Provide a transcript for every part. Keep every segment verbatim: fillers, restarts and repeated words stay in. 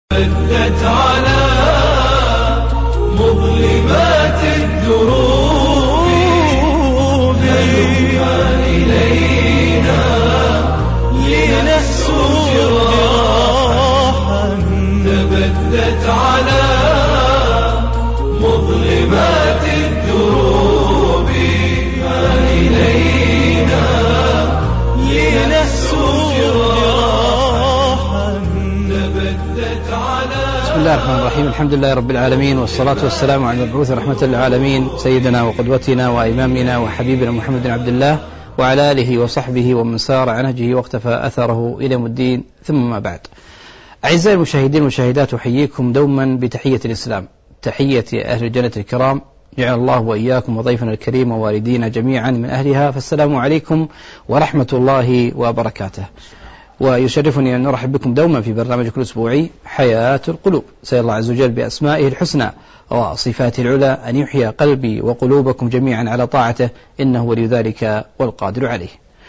بدت على مظلمات الدروب هلما إلينا لنسوق جراحا تبدت على مظلمات الدروب إلينا لنسوق جراحا تبدت على. بسم الله الرحمن الرحيم. الحمد لله رب العالمين، والصلاة والسلام على المبعوث رحمة للعالمين سيدنا وقدوتنا وإمامنا وحبيبنا محمد بن عبد الله وعلى آله وصحبه ومن سار على نهجه واقتفى أثره إلى يوم الدين، ثم ما بعد. أعزائي المشاهدين والمشاهدات، أحييكم دوما بتحية الإسلام، تحية أهل الجنة الكرام، جعل الله وإياكم وضيفنا الكريم ووالدينا جميعا من أهلها، فالسلام عليكم ورحمة الله وبركاته. ويشرفني أن نرحب بكم دوما في برنامجكم الأسبوعي حياة القلوب. سأل الله عز وجل بأسمائه الحسنى وصفاته العلى أن يحيي قلبي وقلوبكم جميعا على طاعته، إنه ولي ذلك والقادر عليه.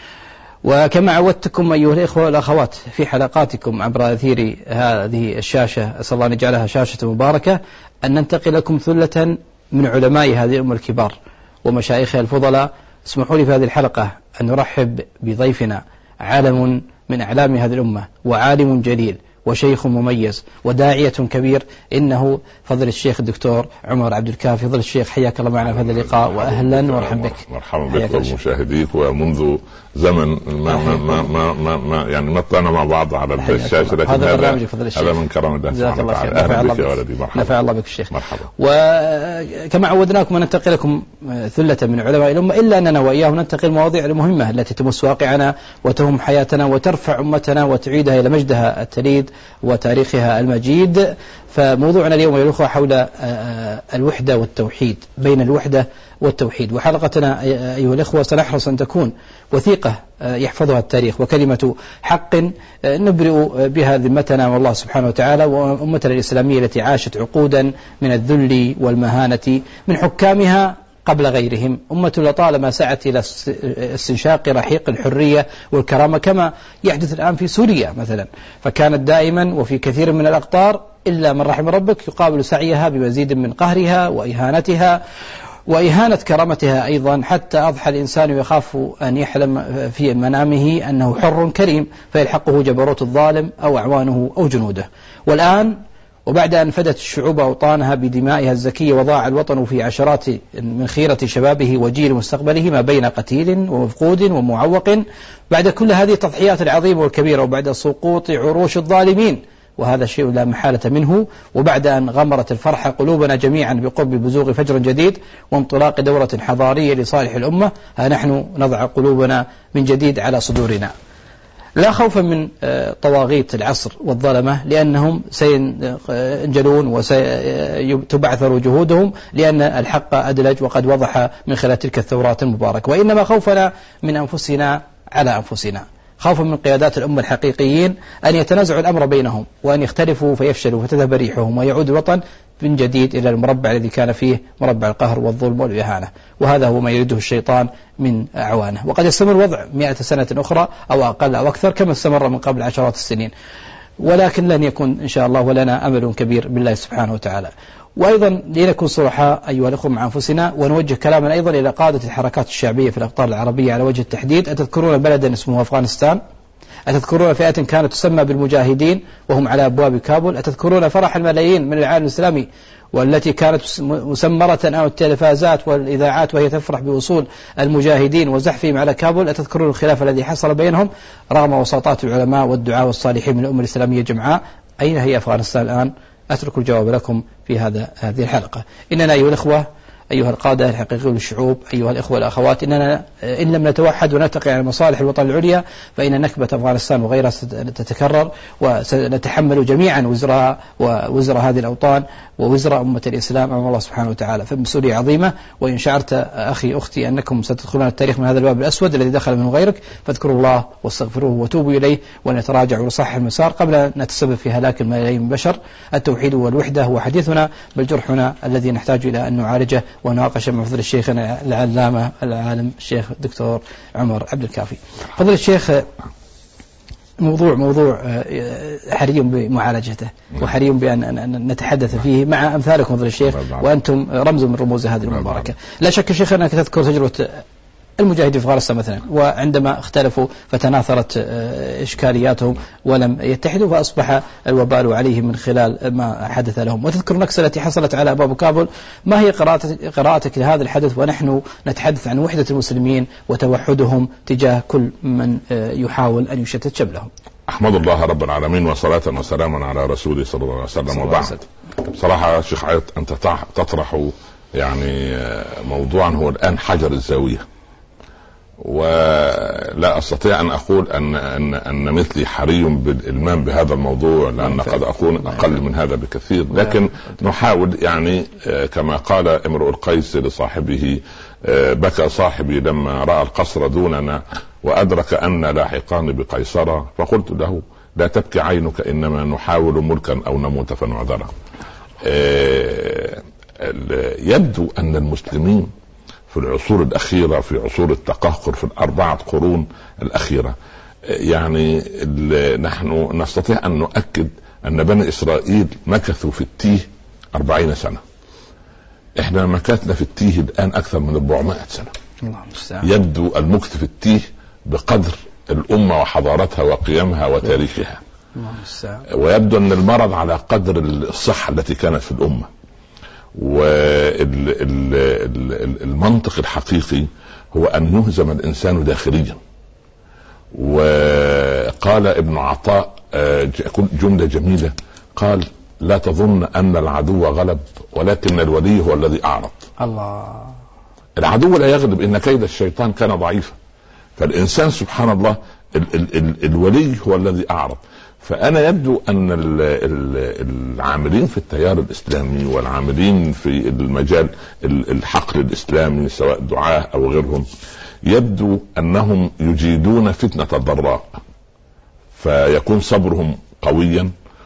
وكما عودتكم أيها الإخوة والأخوات في حلقاتكم عبر أثير هذه الشاشة، أسأل الله أن يجعلها شاشة مباركة، أن ننتقل لكم ثلة من علماء هذه الأمة الكبار ومشايخها الفضلاء. اسمحوا لي في هذه الحلقة أن نرحب بضيفنا، عالم من أعلام هذه الأمة وعالم جليل وشيخ مميز وداعية كبير، إنه فضل الشيخ الدكتور عمر عبد الكافي. فضل الشيخ، حياك الله معنا في هذا اللقاء، وأهلا ومرحبا بك. مرحبا بك ومشاهديك، ومنذ زمن ما ما ما ما, ما, ما يعني ما طلعنا مع بعض على الشاشة، لكن هذا برنامج فضل الشيخ، هذا من كرم الله سبحانه وتعالى. أهلا بك يا ولدي، مرحبا. نفع الله بك الشيخ. مرحبا. وكما عودناكم أن ننتقل لكم ثلة من علماء الأمة، إلا أننا وإياهم ننتقل المواضيع المهمة التي تمس واقعنا وتهم حياتنا وترفع أمتنا وتعيدها إلى مجدها التليد وتاريخها المجيد. فموضوعنا اليوم يا الأخوة حول الوحدة والتوحيد، بين الوحدة والتوحيد. وحلقتنا أيها الأخوة سنحرص أن تكون وثيقة يحفظها التاريخ، وكلمة حق نبرئ بها ذمتنا والله سبحانه وتعالى وأمتنا الإسلامية التي عاشت عقودا من الذل والمهانة من حكامها قبل غيرهم. أمة لطالما سعت إلى استنشاق رحيق الحرية والكرامة، كما يحدث الآن في سوريا مثلا، فكانت دائما وفي كثير من الأقطار إلا من رحم ربك يقابل سعيها بمزيد من قهرها وإهانتها وإهانة كرامتها أيضا، حتى أضحى الإنسان يخاف أن يحلم في منامه أنه حر كريم فيلحقه جبروت الظالم أو أعوانه أو جنوده. والآن وبعد أن فدت الشعوب أوطانها بدمائها الزكية وضاع الوطن في عشرات من خيرة شبابه وجيل مستقبله ما بين قتيل ومفقود ومعوق، بعد كل هذه التضحيات العظيمة والكبيرة، وبعد سقوط عروش الظالمين، وهذا شيء لا محالة منه، وبعد أن غمرت الفرحة قلوبنا جميعا بقرب بزوغ فجر جديد وانطلاق دورة حضارية لصالح الأمة، ها نحن نضع قلوبنا من جديد على صدورنا، لا خوفا من طواغيت العصر والظلمة، لأنهم سينجلون وستبعثر جهودهم، لأن الحق أدلج وقد وضح من خلال تلك الثورات المباركة. وإنما خوفنا من أنفسنا على أنفسنا، خوفا من قيادات الأمة الحقيقيين أن يتنازعوا الأمر بينهم وأن يختلفوا فيفشلوا فتذهب ريحهم ويعود الوطن من جديد إلى المربع الذي كان فيه مربع القهر والظلم والإهانة، وهذا هو ما يريده الشيطان من أعوانه. وقد يستمر الوضع مئة سنة أخرى أو أقل أو أكثر كما استمر من قبل عشرات السنين، ولكن لن يكون إن شاء الله ولنا أمل كبير بالله سبحانه وتعالى. وأيضا لنكون صرحاء أيها الأخوة مع أنفسنا، ونوجه كلاما أيضا إلى قادة الحركات الشعبية في الأقطار العربية على وجه التحديد. أتذكرون بلدا اسمه أفغانستان؟ أتذكرون فئة كانت تسمى بالمجاهدين وهم على أبواب كابول؟ أتذكرون فرح الملايين من العالم الإسلامي والتي كانت مسمرة أو التلفازات والإذاعات وهي تفرح بوصول المجاهدين وزحفهم على كابول؟ أتذكرون الخلاف الذي حصل بينهم رغم وساطات العلماء والدعاء والصالحين من الأمة الإسلامية جمعاء؟ أين هي أفغانستان الآن؟ أترك الجواب لكم في هذا هذه الحلقة. إننا أيها الأخوة، أيها القادة الحقيقيون للشعوب، أيها الإخوة والأخوات، إننا إن لم نتوحد ونتقي على مصالح الوطن العليا فإن نكبة أفغانستان وغيرها ستتكرر، وسنتحمل جميعا وزرها ووزر هذه الأوطان ووزر أمة الإسلام أمام الله سبحانه وتعالى. فمسؤولية عظيمة. وإن شعرت أخي أختي أنكم ستدخلون التاريخ من هذا الباب الأسود الذي دخل منه غيرك، فاذكروا الله واستغفروه وتوبوا إليه ونتراجعوا لصحح المسار قبل أن نتسبب في هلاك الملايين من البشر. التوحيد والوحدة هو حديثنا، بل جرحنا الذي نحتاج إلى أن نعالجه ونناقش مع فضل الشيخ العلامة العالم الشيخ الدكتور عمر عبد الكافي. فضل الشيخ، موضوع موضوع حري بمعالجته وحري بأن نتحدث فيه مع أمثالكم فضل الشيخ، وأنتم رمز من رموز هذه المباركة. لا شك شيخ أنك تذكر تجربة المجاهدين في أفغانستان مثلا، وعندما اختلفوا فتناثرت إشكالياتهم ولم يتحدوا فأصبح الوبال عليهم من خلال ما حدث لهم. وتذكر النكسة التي حصلت على أبواب كابول. ما هي قراءتك لهذا الحدث ونحن نتحدث عن وحدة المسلمين وتوحدهم تجاه كل من يحاول أن يشتت شملهم؟ أحمد الله رب العالمين وصلاة وسلاما على رسوله صلى الله عليه وسلم، وبعد. بصراحة شيخ عيط أنت تطرح يعني موضوعا هو الآن حجر الزاوية، ولا أستطيع أن أقول أن أن أن مثلي حري بالإلمام بهذا الموضوع، لأن قد أكون أقل من هذا بكثير، لكن نحاول يعني كما قال امرؤ القيس لصاحبه: بكى صاحبي لما رأى القصر دوننا وأدرك أن لاحقان بقيصر، فقلت له: لا تبكي عينك، إنما نحاول ملكا أو نموت فنعذره. يبدو أن المسلمين في العصور الأخيرة، في عصور التقهقر، في الأربعة قرون الأخيرة، يعني نحن نستطيع أن نؤكد أن بني إسرائيل مكثوا في التيه أربعين سنة. إحنا مكثنا في التيه الآن أكثر من أربعمائة سنة. يبدو المكث في التيه بقدر الأمة وحضارتها وقيمها وتاريخها، ويبدو أن المرض على قدر الصحة التي كانت في الأمة. والمنطق الحقيقي هو أن يهزم الإنسان داخليا. وقال ابن عطاء جملة جميلة، قال: لا تظن أن العدو غلب، ولكن الولي هو الذي أعرض. الله. العدو لا يغلب، إن كيد الشيطان كان ضعيفا. فالإنسان سبحان الله ال ال ال الولي هو الذي أعرض. فأنا يبدو أن العاملين في التيار الإسلامي والعاملين في المجال الحقل الإسلامي سواء دعاة أو غيرهم، يبدو أنهم يجيدون فتنة الضراء، فيكون صبرهم قويا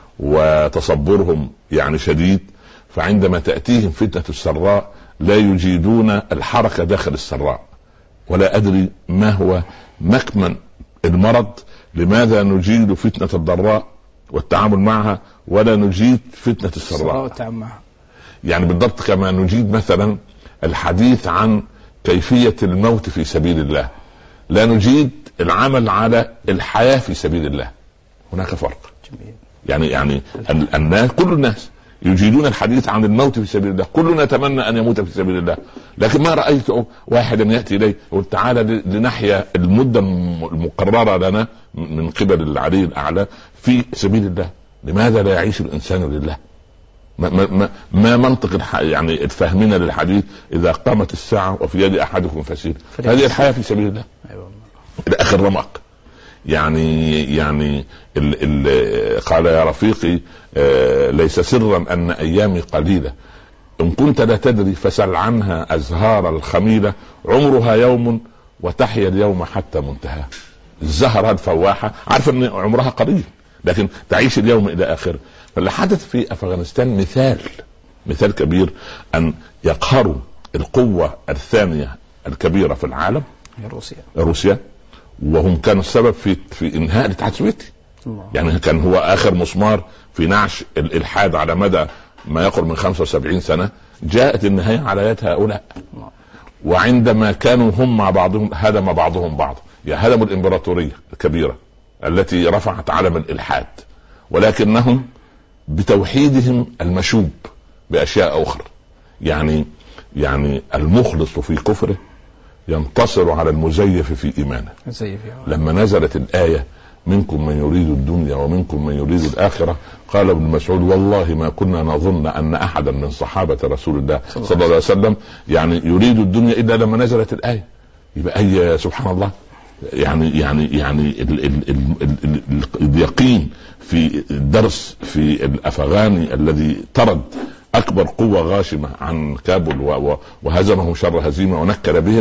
وتصبرهم يعني شديد، فعندما تأتيهم فتنة السراء لا يجيدون الحركة داخل السراء. ولا أدري ما هو مكمن المرض، لماذا نجيد فتنة الضراء والتعامل معها ولا نجيد فتنة السراء والتعامل معها؟ يعني بالضبط كما نجيد مثلا الحديث عن كيفية الموت في سبيل الله، لا نجيد العمل على الحياة في سبيل الله. هناك فرق. يعني يعني الناس، كل الناس يجيدون الحديث عن الموت في سبيل الله، كلنا نتمنى أن يموت في سبيل الله، لكن ما رأيت واحدا يأتي إليه يقول: تعالى لنحيا المدة المقررة لنا من قبل العلي الأعلى في سبيل الله. لماذا لا يعيش الإنسان لله؟ ما, ما, ما منطق يعني الفهمين للحديث: إذا قامت الساعة وفي يد أحدكم فسيل. هذه الحياة في سبيل الله إلى آخر رمق. يعني يعني ال ال قال: يا رفيقي آه ليس سرا أن أيامي قليلة، إن كنت لا تدري فسل عنها أزهار الخميلة، عمرها يوم وتحيا اليوم حتى منتهى. الزهرة الفواحة عارف أن عمرها قليل، لكن تعيش اليوم إلى آخر. فاللي حدث في أفغانستان مثال مثال كبير، أن يقهروا القوة الثانية الكبيرة في العالم، روسيا روسيا وهم كانوا السبب في في انهاء الاتحاد السوفيتي. يعني كان هو اخر مسمار في نعش الالحاد على مدى ما يقرب من خمسة وسبعين سنة. جاءت النهاية على يد هؤلاء. وعندما كانوا هم مع بعضهم هدم بعضهم بعض، هدموا الامبراطورية الكبيرة التي رفعت علم الالحاد، ولكنهم بتوحيدهم المشوب باشياء اخرى. يعني يعني المخلص في كفره ينتصر على المزيف في إيمانه. لما نزلت الآية: منكم من يريد الدنيا ومنكم من يريد الآخرة، قال ابن مسعود: والله ما كنا نظن أن أحدا من صحابة رسول الله صلى الله عليه وسلم يعني يريد الدنيا إلا لما نزلت الآية. يبقى أي سبحان الله. يعني يعني يعني ال ال ال ال ال اليقين في الدرس في الأفغاني الذي طرد أكبر قوة غاشمة عن كابول وهزمهم شر هزيمة ونكل بهم،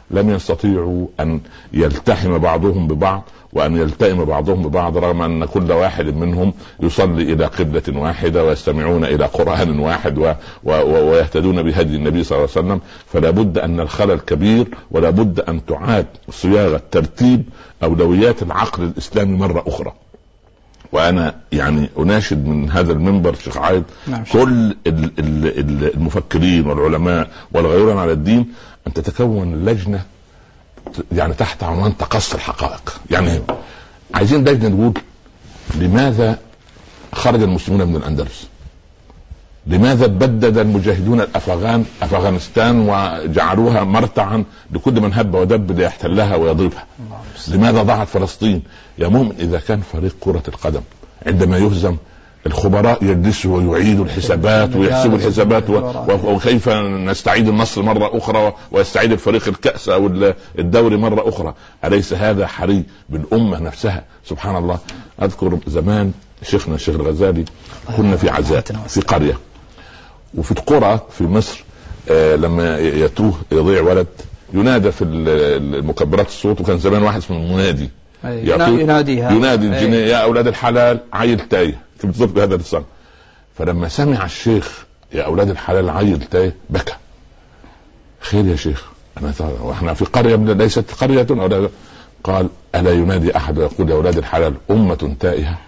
لم يستطيعوا أن يلتحم بعضهم ببعض وأن يلتئم بعضهم ببعض، رغم أن كل واحد منهم يصلي إلى قبلة واحدة ويستمعون إلى قرآن واحد و... و... ويهتدون بهدي النبي صلى الله عليه وسلم. فلا بد أن الخلل كبير، ولا بد أن تعاد صياغة ترتيب أولويات العقل الإسلامي مرة أخرى. وانا يعني اناشد من هذا المنبر شيخ عايد نعم. كل المفكرين والعلماء والغيرون على الدين ان تتكون لجنة يعني تحت عنوان تقصي الحقائق. يعني عايزين لجنة نقول لماذا خرج المسلمون من الاندلس، لماذا بدد المجاهدون الافغان افغانستان وجعلوها مرتعا لكل من هب ودب ليحتلها ويضربها، لماذا ضاعت فلسطين. يا مؤمن اذا كان فريق كرة القدم عندما يهزم الخبراء يجلسوا ويعيدوا الحسابات ويحسبوا الحسابات وكيف نستعيد النصر مرة اخرى ويستعيد الفريق الكأس او الدوري مرة اخرى، اليس هذا حري بالامة نفسها؟ سبحان الله. اذكر زمان شيخنا الشيخ الغزالي كنا في عزاء في قرية وفي القرى في مصر، آه لما يتوه يضيع ولد ينادى في المكبرات الصوت، وكان زمان واحد اسمه المنادي يناديها ينادي الجنيه يا اولاد الحلال عيل تايه بالضبط بهذا اللسان. فلما سمع الشيخ يا اولاد الحلال عيل تايه بكى. خير يا شيخ انا واحنا في قريه ليست قريه أو قال الا ينادي احد ويقول يا اولاد الحلال امه تائهه.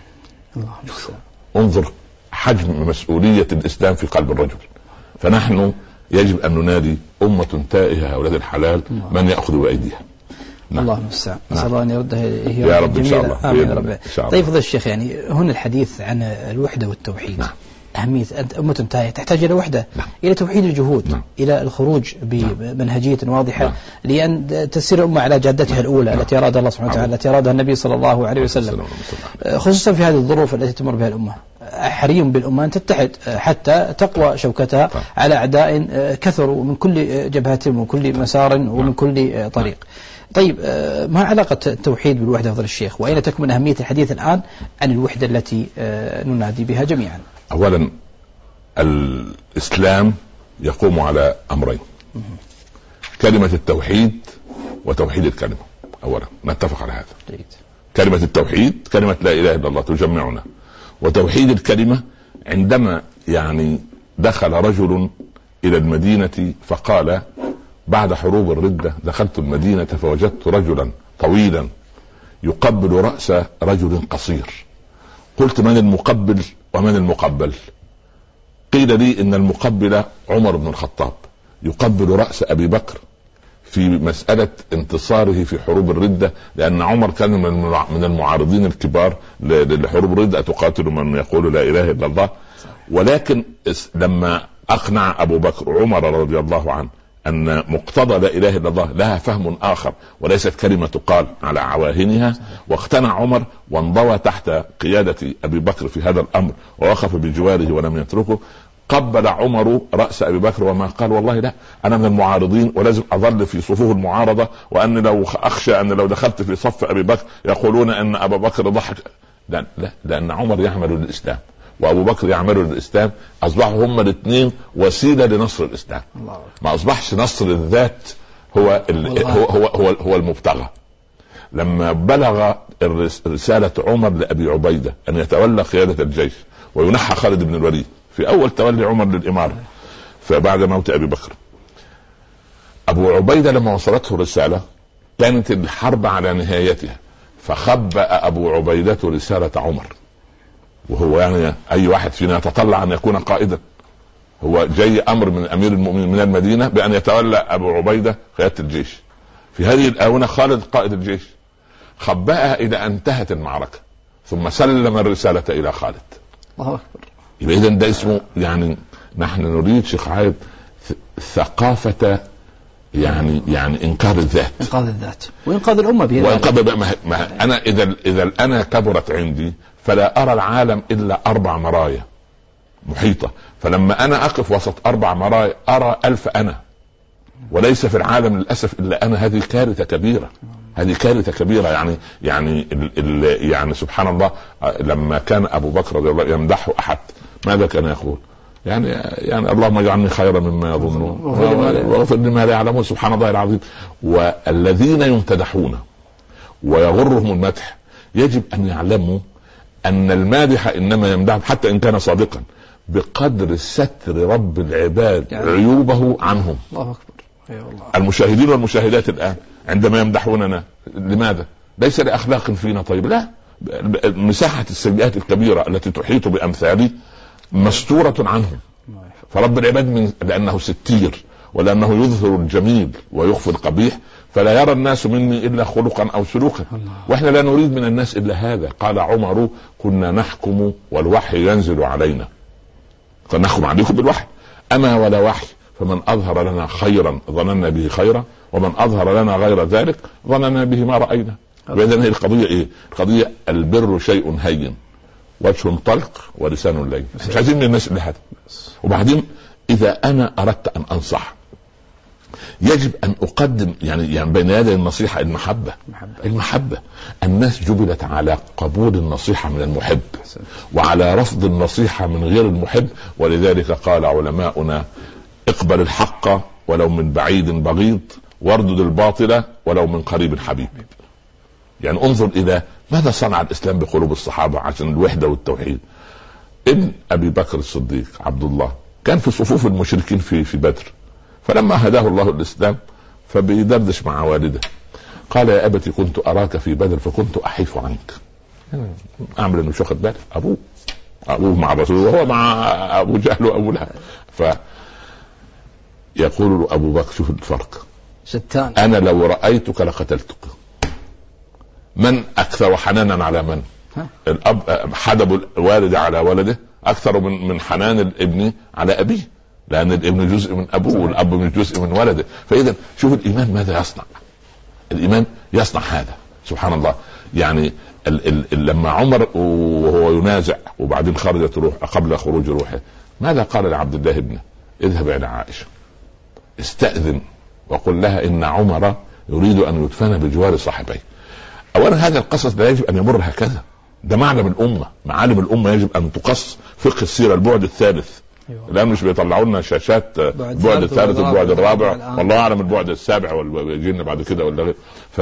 انظر حجم مسؤولية الإسلام في قلب الرجل. فنحن يجب أن ننادي أمة تائهة أولاد الحلال من يأخذ بأيديها. نعم. الله المستعان. نسأل الله أن يردها يا رب إن شاء الله. آمين رب. طيب فضل الشيخ، يعني هنا الحديث عن الوحدة والتوحيد. نعم. أهمية أمة تائهة تحتاج إلى وحدة. نعم. إلى توحيد الجهود. نعم. إلى الخروج بمنهجية واضحة. نعم. لأن تسير الأمة على جادتها الأولى. نعم. التي أرادها الله سبحانه وتعالى، التي أرادها النبي صلى الله عليه وسلم، خصوصا في هذه الظروف التي تمر بها الأمة. حري بالأمة أن تتحد حتى تقوى شوكتها طيب. على أعداء كثروا من كل جبهة ومن كل مسار ومن كل طريق. طيب ما علاقة التوحيد بالوحدة فضل الشيخ، وأين تكمن أهمية الحديث الآن عن الوحدة التي ننادي بها جميعا؟ أولا الإسلام يقوم على أمرين، كلمة التوحيد وتوحيد الكلمة. أولا نتفق على هذا. جيد. كلمة التوحيد كلمة لا إله إلا الله تجمعنا، وتوحيد الكلمة عندما يعني دخل رجل إلى المدينة فقال بعد حروب الردة دخلت المدينة فوجدت رجلا طويلا يقبل رأس رجل قصير، قلت من المقبل ومن المقبل؟ قيل لي إن المقبل عمر بن الخطاب يقبل رأس أبي بكر في مسألة انتصاره في حروب الردة، لأن عمر كان من المعارضين الكبار لحروب الردة، تقاتل من يقول لا إله إلا الله. ولكن لما أقنع أبو بكر عمر رضي الله عنه أن مقتضى لا إله إلا الله لها فهم آخر وليست كلمة تقال على عواهنها، واقتنع عمر وانضوى تحت قيادة أبي بكر في هذا الأمر ووقف بجواره ولم يتركه. قبل عمر رأس أبي بكر وما قال والله لا أنا من المعارضين ولازم أظل في صفوف المعارضة، وأن لو أخشى أن لو دخلت في صف أبي بكر يقولون أن أبا بكر ضحك. لا, لا لأن عمر يعمل للإسلام وأبو بكر يعمل للإسلام، أصبحوا هم الاثنين وسيلة لنصر الإسلام. ما أصبحش نصر الذات هو هو هو هو, هو المبتغى. لما بلغ رسالة عمر لأبي عبيدة أن يتولى قيادة الجيش وينحى خالد بن الوليد في أول تولي عمر للإمارة فبعد موت أبي بكر، أبو عبيدة لما وصلته الرسالة كانت الحرب على نهايتها، فخبأ أبو عبيدة رسالة عمر، وهو يعني أي واحد فينا يتطلع أن يكون قائدا. هو جاي أمر من أمير المؤمنين من المدينة بأن يتولى أبو عبيدة قيادة الجيش. في هذه الآونة خالد قائد الجيش خبأها إلى أن انتهت المعركة ثم سلم الرسالة إلى خالد. الله أكبر. يبقى إذن ده اسمه يعني نحن نريد شيخ عايد ثقافة يعني يعني إنقاذ الذات، إنقاذ الذات وإنقاذ الأمة بها. وإنقاذ ما ما أنا إذا إذا أنا كبرت عندي فلا أرى العالم إلا أربع مرايا محيطة، فلما أنا أقف وسط أربع مرايا أرى ألف أنا، وليس في العالم للأسف إلا أنا. هذه كارثة كبيرة، هذه كارثة كبيرة. يعني يعني ال ال يعني سبحان الله، لما كان أبو بكر رضي الله يمدحه أحد ماذا كان يقول؟ يعني يعني اللهم اجعلني خيرا مما يظنون واغفر لما لا يعلمون. سبحان الله العظيم. والذين يمتدحون ويغرهم المدح يجب ان يعلموا ان المادح انما يمدح حتى ان كان صادقا بقدر ستر رب العباد يعني عيوبه عنهم. الله اكبر. أيوة الله. المشاهدين والمشاهدات الان عندما يمدحوننا لماذا؟ ليس لاخلاق فينا طيب، لا، مساحة السيئات الكبيرة التي تحيط بامثالي مستورة عنهم. فرب العباد من لانه ستير ولانه يظهر الجميل ويخفي القبيح فلا يرى الناس مني الا خلقا او سلوكا. واحنا لا نريد من الناس الا هذا. قال عمر كنا نحكم والوحي ينزل علينا، فنحكم عليكم بالوحي، اما ولا وحي فمن اظهر لنا خيرا ظننا به خيرا ومن اظهر لنا غير ذلك ظننا به ما راينا. واذا هي القضيه ايه؟ القضيه البر شيء هين وجه طلق ولسان لين. مش عايزين من الناس الا هذا. وبعدين اذا انا اردت ان انصح يجب ان اقدم يعني يعني بين يدي النصيحه المحبه. المحبه الناس جبلت على قبول النصيحه من المحب وعلى رفض النصيحه من غير المحب. ولذلك قال علماؤنا اقبل الحق ولو من بعيد بغيض واردد الباطل ولو من قريب حبيب. يعني انظر الى ماذا صنع الاسلام بقلوب الصحابه عشان الوحده والتوحيد. ابن ابي بكر الصديق عبد الله كان في صفوف المشركين في في بدر، فلما هداه الله الاسلام فبيدردش مع والده قال يا ابتي كنت اراك في بدر فكنت احيف عنك. اعمل انه مش واخد بالك، ابوه ابوه مع الرسول وهو مع ابو جهل وابو لهب. ف يقول له ابو بكر شوف الفرق شتان، انا لو رايتك لقتلتك. من اكثر حنانا على من؟ الاب حدب الوالد على ولده اكثر من من حنان الابن على ابيه، لان الابن جزء من ابوه والاب من جزء من ولده. فاذا شوف الايمان ماذا يصنع. الايمان يصنع هذا سبحان الله. يعني ال ال ال لما عمر وهو ينازع وبعدين خرجت روح قبل خروج روحه ماذا قال لعبد الله ابنه؟ اذهب الى عائشه استأذن وقل لها ان عمر يريد ان يدفن بجوار صاحبيه. اولا هذا القصص لا يجب ان يمر هكذا، ده معلم الامه، معالم الامه يجب ان تقص. فقه السيره البعد الثالث الان مش بيطلعوا لنا شاشات البعد الثالث والبعد الرابع والله اعلم البعد السابع والجن بعد كده ولا غير.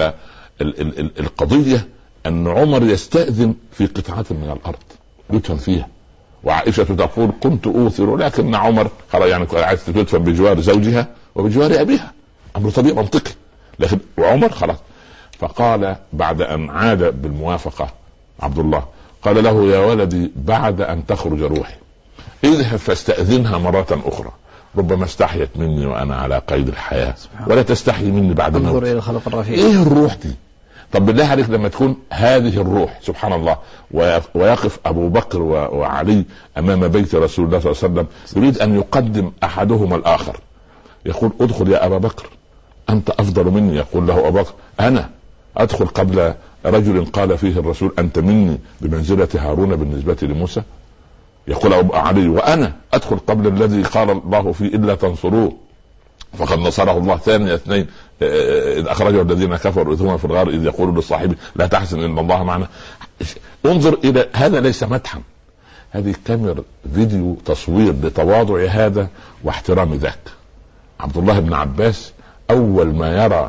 فالقضيه ان عمر يستأذن في قطعه من الارض يدفن فيها، وعائشه تقول كنت اوثر لكن عمر خلاص يعني عايز تدفن بجوار زوجها وبجوار ابيها، امر طبيعي منطقي، لكن وعمر خلاص. فقال بعد ان عاد بالموافقه عبد الله قال له يا ولدي بعد ان تخرج روحي اذهب فاستأذنها مرة اخرى ربما استحيت مني وانا على قيد الحياة ولا تستحي مني بعد موت. انظر الى الخلق الرفيع. ايه الروح دي؟ طب بالله عليك لما تكون هذه الروح سبحان الله ويقف ابو بكر وعلي امام بيت رسول الله صلى الله عليه وسلم يريد ان يقدم احدهما الاخر، يقول ادخل يا ابا بكر انت افضل مني. يقول له ابو بكر انا ادخل قبل رجل قال فيه الرسول انت مني بمنزلة هارون بالنسبة لموسى؟ يقول ابو علي وانا ادخل قبل الذي قال الله فيه الا تنصروه فقد نصره الله ثاني اثنين اذ اخرجه الذين كفروا اذ هما في الغار اذ يقول لصاحبه لا تحزن ان الله معنا. انظر الى هذا ليس مدحا، هذه كاميرا فيديو تصوير لتواضع هذا واحترام ذاك. عبد الله بن عباس اول ما يرى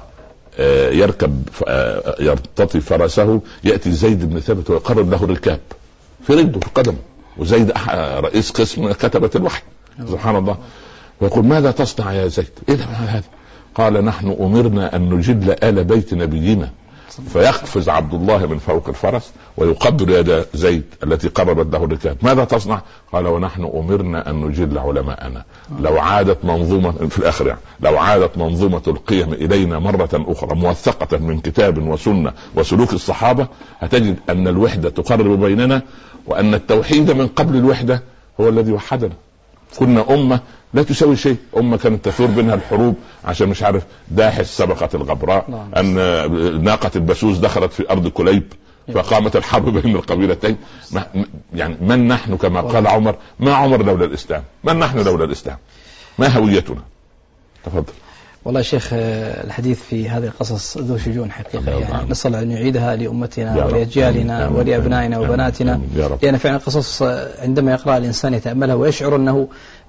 يركب يرتطي فرسه يأتي زيد بن ثابت ويقرر له الركاب في رجله في قدمه، وزيد رئيس قسم كتبة الوحي سبحان الله. ويقول ماذا تصنع يا زيد؟ ايه هذا؟ قال نحن امرنا ان نجل آل بيت نبينا. فيقفز عبد الله من فوق الفرس ويقبل يد زيد التي قربت له الركاب. ماذا تصنع؟ قال ونحن امرنا ان نجل علماءنا. لو عادت منظومة في الاخر يعني لو عادت منظومة القيم الينا مرة اخرى موثقة من كتاب وسنة وسلوك الصحابة هتجد ان الوحدة تقرب بيننا وان التوحيد من قبل الوحدة هو الذي وحدنا. كنا امة لا تسوي شيء، امة كانت تثور بينها الحروب عشان مش عارف داحس سبقت الغبراء، ان ناقة البسوس دخلت في ارض كليب فقامت الحرب بين القبيلتين. يعني من نحن كما قال عمر ما عمر لولا الاسلام، من نحن لولا الاسلام، ما هويتنا؟ تفضل. والله شيخ الحديث في هذه القصص ذو شجون حقيقة، يعني نسأل أن يعيدها لأمتنا ولأجيالنا ولأبنائنا وبناتنا، لأن فعلا قصص عندما يقرأ الإنسان يتأملها ويشعر أنه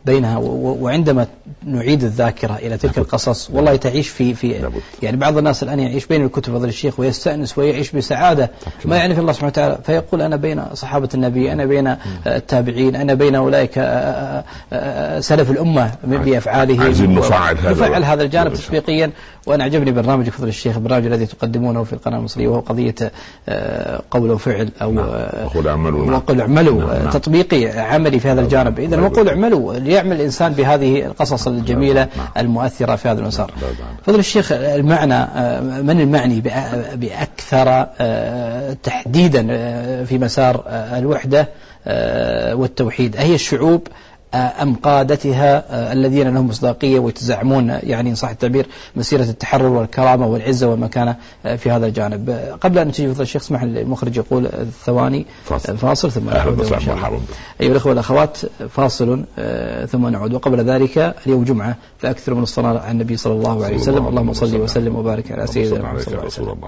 بينها. وعندما نعيد الذاكرة إلى تلك القصص والله تعيش في في يعني بعض الناس الآن يعيش بين الكتب فضل الشيخ ويستأنس ويعيش بسعادة ما يعرف الله سبحانه وتعالى، فيقول أنا بين صحابة النبي، أنا بين التابعين، أنا بين أولئك سلف الأمة بأفعاله، عايزين نفعل هذا نفعل هذا الجانب تطبيقيا. وأنا أعجبني برنامج فضل الشيخ، البرنامج الذي تقدمونه في القناة المصرية، وهو قضية قول وفعل أو وقول اعملوا تطبيقي عملي في هذا الجانب. إذا وقول اعملوا ليعمل الإنسان بهذه القصص الجميلة المؤثرة في هذا المسار. فضل الشيخ، المعنى من المعني بأكثر تحديدا في مسار الوحدة والتوحيد؟ هي الشعوب أم قادتها الذين لهم مصداقية ويتزعمون يعني إن صح التعبير مسيرة التحرر والكرامة والعزة والمكانة في هذا الجانب؟ قبل أن تجي فضل الشيخ اسمح المخرج يقول ثواني فاصل, فاصل ثم نعود. أيها الأخوة والأخوات، فاصل ثم نعود. وقبل ذلك اليوم جمعة، فأكثر من الصلاة على النبي صلى الله عليه وسلم. اللهم صل وسلم وبارك على سيدنا محمد صلى الله عليه وسلم.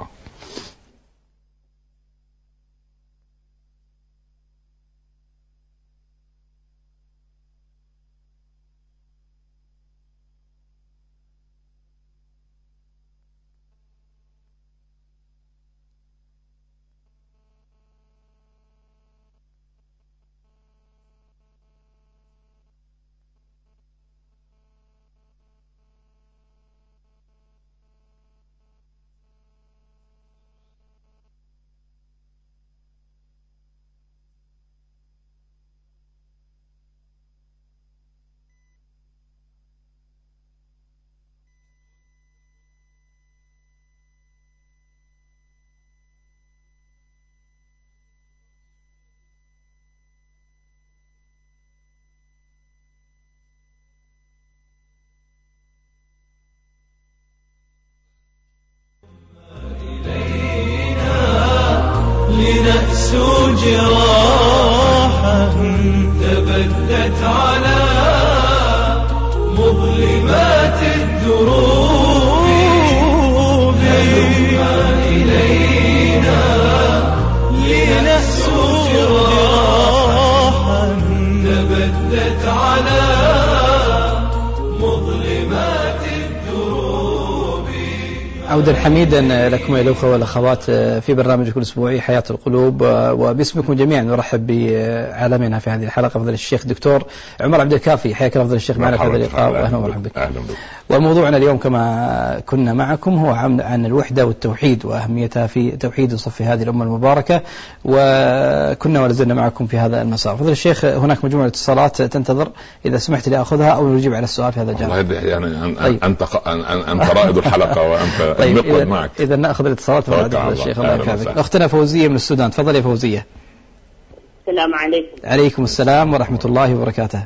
لنأسوا جراحا تبدت على مظلمات الدروب، هلما إلينا لنأسوا جراحا تبدت على مظلمات الدروب. عودا حميدا لكم يا الأخوة والأخوات في برنامجكم الأسبوعي حياة القلوب، وباسمكم جميعا نرحب بعالمنا في هذه الحلقة فضل الشيخ دكتور عمر عبد الكافي. حياك الله فضل الشيخ معنا في هذا اللقاء، وأهلا ومرحبا بك. وموضوعنا اليوم كما كنا معكم هو عن الوحدة والتوحيد وأهميتها في توحيد صف هذه الأمة المباركة، وكنا ولازلنا معكم في هذا المسار. فضل الشيخ، هناك مجموعة اتصالات تنتظر، إذا سمحت لي أخذها أو نجيب على السؤال في هذا الجانب. يعني طيب. أنت أنت رائد الحلقة وأنت طيب المقود معك. إذا نأخذ الاتصالات بعد الشيخ. الله يكرمك. أختنا فوزية من السودان، تفضل يا فوزية. السلام عليكم. عليكم السلام ورحمة الله وبركاته.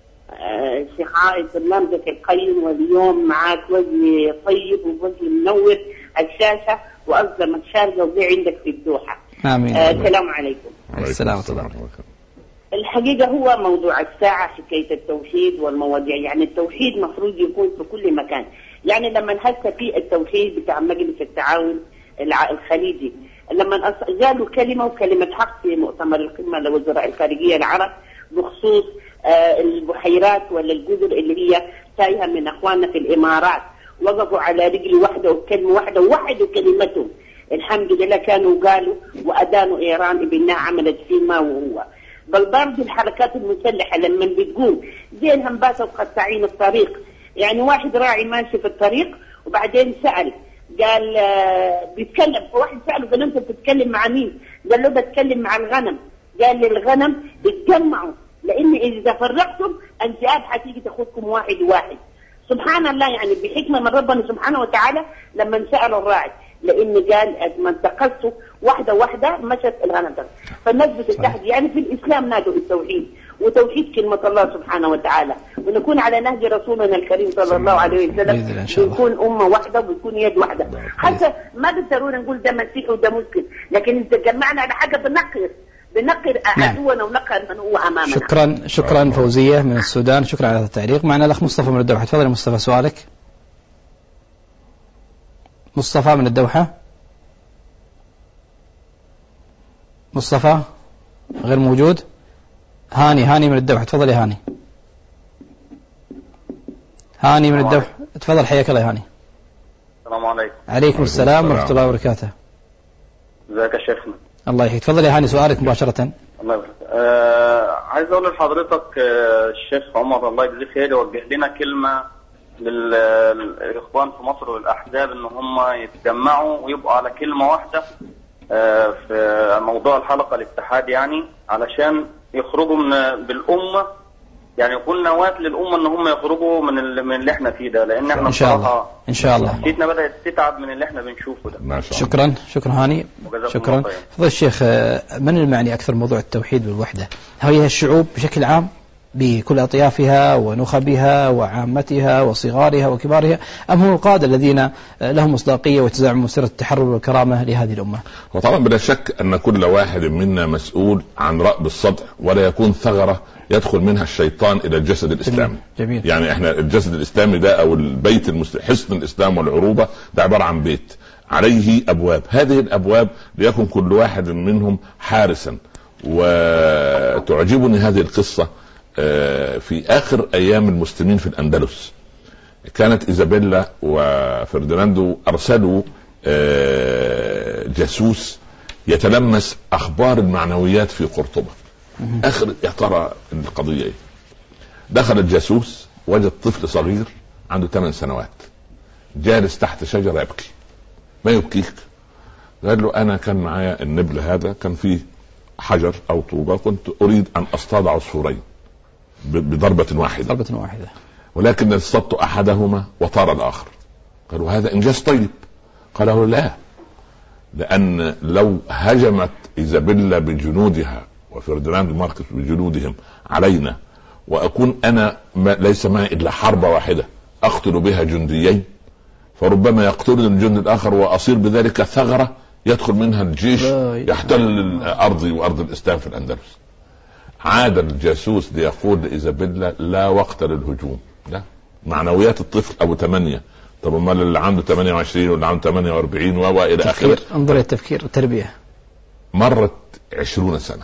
شيخ عائد، برنامجك القيم، واليوم معك وجه طيب ووجه منور الشاشة، وأقدمك شارقة وزي عندك في الدوحة. آمين. آه السلام عليكم. السلام عليكم. الحقيقة هو موضوع الساعة حكاية التوحيد والمواضيع، يعني التوحيد مفروض يكون في كل مكان. يعني لما هسه في التوحيد بتاع مجلس التعاون الخليجي، لما قالوا كلمة وكلمة حق في مؤتمر القمة لوزراء الخارجية العرب بخصوص آه البحيرات ولا الجزر اللي هي تايهة من أخواننا في الإمارات، وقفوا على رجل واحدة وكلمة واحدة ووحدوا كلمتهم. الحمد لله كانوا قالوا وأدانوا إيران بأنها عملت فيما وهو. بل برضه الحركات المسلحة لما بتقوم زينهم باسوا قطاعين الطريق، يعني واحد راعي ماشي في الطريق وبعدين سأل قال آه بيتكلم، واحد سأله قال أنت بتتكلم مع مين؟ قال له بتكلم مع الغنم. قال للغنم اتجمعوا، لأن إذا فرقتم الذئاب حتيجي تاخذكم واحد واحد. سبحان الله، يعني بحكمة من ربنا سبحانه وتعالى لما سأل الراعي، لأن قال ما انتقصتوا واحدة واحدة مشت الغنم. فالناس بتتحد، يعني في الإسلام نادوا التوحيد، وتوحيد كلمة الله سبحانه وتعالى، ونكون على نهج رسولنا الكريم صلى الله عليه وسلم، ونكون أمة واحدة ويكون يد واحدة. حتى ما بالضرورة نقول ده مسيحي وده مسلم، لكن إذا جمعنا على حاجة بنقر بنقر عدونا ونقر من هو أمامنا. شكرا شكرا فوزية من السودان، شكرا على هذا التعليق. معنا الأخ مصطفى من الدوحة، تفضل مصطفى سؤالك. مصطفى من الدوحة. مصطفى غير موجود. هاني هاني من الدوحة، تفضل يا هاني. هاني من الدوحة، تفضل حياك الله هاني. السلام عليكم. عليكم السلام ورحمة الله وبركاته. ازيك يا شيخنا؟ الله يحييك، تفضل يا هاني سؤالك مباشرة. الله يبارك. آه عايز اقول لحضرتك آه الشيخ عمر الله يجزيه خير يوجه لنا كلمة للإخوان في مصر والأحزاب إن هم يتجمعوا ويبقوا على كلمة واحدة آه في موضوع الحلقة الاتحاد، يعني علشان يخرجوا من بالأمة، يعني يكون نواة للأمة إن هم يخرجوا من من اللي احنا فيه ده، لأن احنا إن شاء الله إن شاء الله نفسيتنا بدأت تتعب من اللي احنا بنشوفه ده. شكرا شكرا هاني، شكرا. فضل الشيخ، من المعني أكثر موضوع التوحيد والوحدة؟ هي الشعوب بشكل عام بكل أطيافها ونخبها وعامتها وصغارها وكبارها، أم هم القادة الذين لهم مصداقية وتزعم مسيرة التحرر والكرامة لهذه الأمة؟ وطبعا بلا شك أن كل واحد منا مسؤول عن رأب الصدع، ولا يكون ثغرة يدخل منها الشيطان إلى الجسد الإسلامي. جميل. يعني احنا الجسد الإسلامي ده أو البيت المسلم، حصن الإسلام والعروبة ده عبارة عن بيت عليه أبواب، هذه الأبواب ليكن كل واحد منهم حارسا. وتعجبني هذه القصة في آخر أيام المسلمين في الأندلس، كانت إيزابيلا وفرديناندو أرسلوا جاسوس يتلمس أخبار المعنويات في قرطبة. آخر يا ترى القضية إيه؟ دخل الجاسوس وجد طفل صغير عنده ثمان سنوات جالس تحت شجرة يبكي. ما يبكيك؟ قال له أنا كان معايا النبل هذا، كان فيه حجر أو طوبة، كنت أريد أن أصطاد عصفورين بضربة واحدة ضربة واحدة ولكن اصطدت أحدهما وطار الآخر. قالوا هذا إنجاز طيب. قالوا لا، لأن لو هجمت إيزابيلا بجنودها وفرديناند ماركس بجنودهم علينا، وأكون أنا ما ليس معي إلا حربة واحدة أقتل بها جنديين، فربما يقتلني الجند الآخر وأصير بذلك ثغرة يدخل منها الجيش يحتل أرضي وأرض الإسلام في الأندلس. عاد الجاسوس ليقول لإيزابيلا لا وقت للهجوم. لا، معنويات الطفل أبو ثمانية، طب ما اللي عنده ثمانية وعشرين واللي عنده ثمانية وأربعين وإلى آخره. انظر التفكير التربية. مرت عشرون سنة،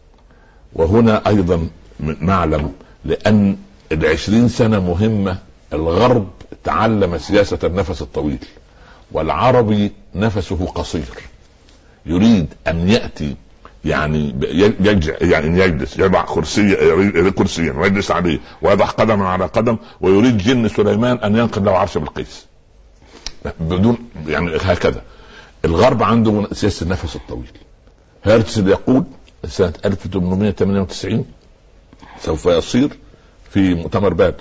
وهنا أيضا معلم، لأن العشرين سنة مهمة. الغرب تعلم سياسة النفس الطويل، والعربي نفسه قصير، يريد أن يأتي يعني يجع يعني يجلس يضع كرسي كرسيا ويجلس عليه ويضع قدما على قدم، ويريد جن سليمان أن ينقل له عرش بلقيس بدون يعني هكذا. الغرب عنده سياسة النفس الطويل. هرتزل يقول سنة ألف وثمانمائة وثمانية وتسعين سوف يصير في مؤتمر باب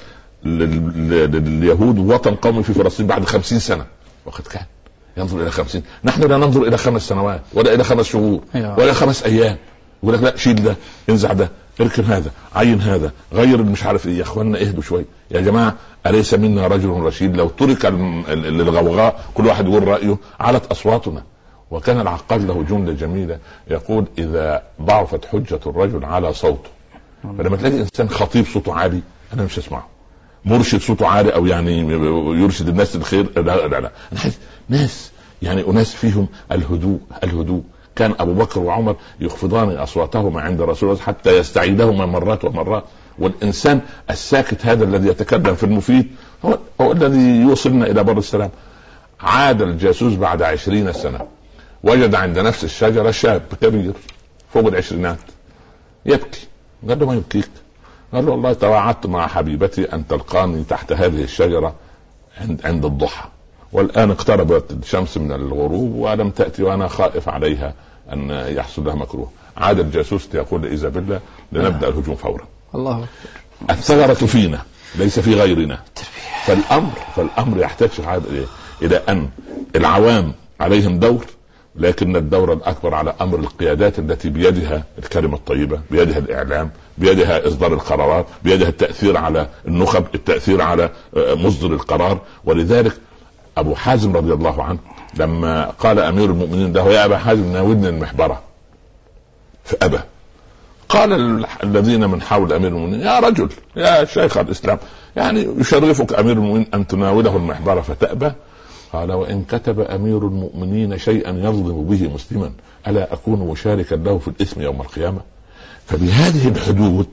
لليهود وطن قومي في فلسطين بعد خمسين سنة، وقد كان ينظر إلى خمسين. نحن لا ننظر إلى خمس سنوات ولا إلى خمس شهور ولا خمس أيام. يقول لك لا، شيل ده، انزع ده، اركن هذا، عين هذا، غير مش عارف إيه. يا أخوانا اهدوا شوي يا جماعة، أليس منا رجل رشيد؟ لو ترك للغوغاء كل واحد يقول رأيه علت أصواتنا. وكان العقاد له جملة جميلة يقول إذا ضعفت حجة الرجل على صوته. فلما تلاقي إنسان خطيب صوته عالي أنا مش أسمعه، مرشد صوته عالي أو يعني يرشد الناس للخير، لا لا لا. ناس يعني أناس فيهم الهدوء الهدوء. كان أبو بكر وعمر يخفضان أصواتهما عند رسول الله حتى يستعيدهما مرات ومرات. والإنسان الساكت هذا الذي يتكلم في المفيد هو, هو الذي يوصلنا إلى بر السلام. عاد الجاسوس بعد عشرين سنة، وجد عند نفس الشجرة شاب كبير فوق العشرينات يبكي. قال له ما يبكيك؟ قال له والله تواعدت مع حبيبتي أن تلقاني تحت هذه الشجرة عند, عند الضحى، والآن اقتربت الشمس من الغروب ولم تأتي وأنا خائف عليها أن يحصل لها مكروه. عاد الجاسوس يقول لإيزابيلا لنبدأ الهجوم فورا. الله الثغرة فينا ليس في غيرنا. فالأمر فالأمر يحتاج إلى أن العوام عليهم دور، لكن الدور الأكبر على أمر القيادات التي بيدها الكلمة الطيبة، بيدها الإعلام، بيدها إصدار القرارات، بيدها التأثير على النخب، التأثير على مصدر القرار. ولذلك أبو حازم رضي الله عنه لما قال أمير المؤمنين له يا أبا حازم ناولني المحبرة فأبى، قال الذين من حول أمير المؤمنين يا رجل يا شيخ الإسلام يعني يشرفك أمير المؤمنين أن تناوله المحبرة فتأبى؟ قال وإن كتب أمير المؤمنين شيئا يظلم به مسلما ألا أكون مشاركا له في الإثم يوم القيامة؟ فبهذه الحدود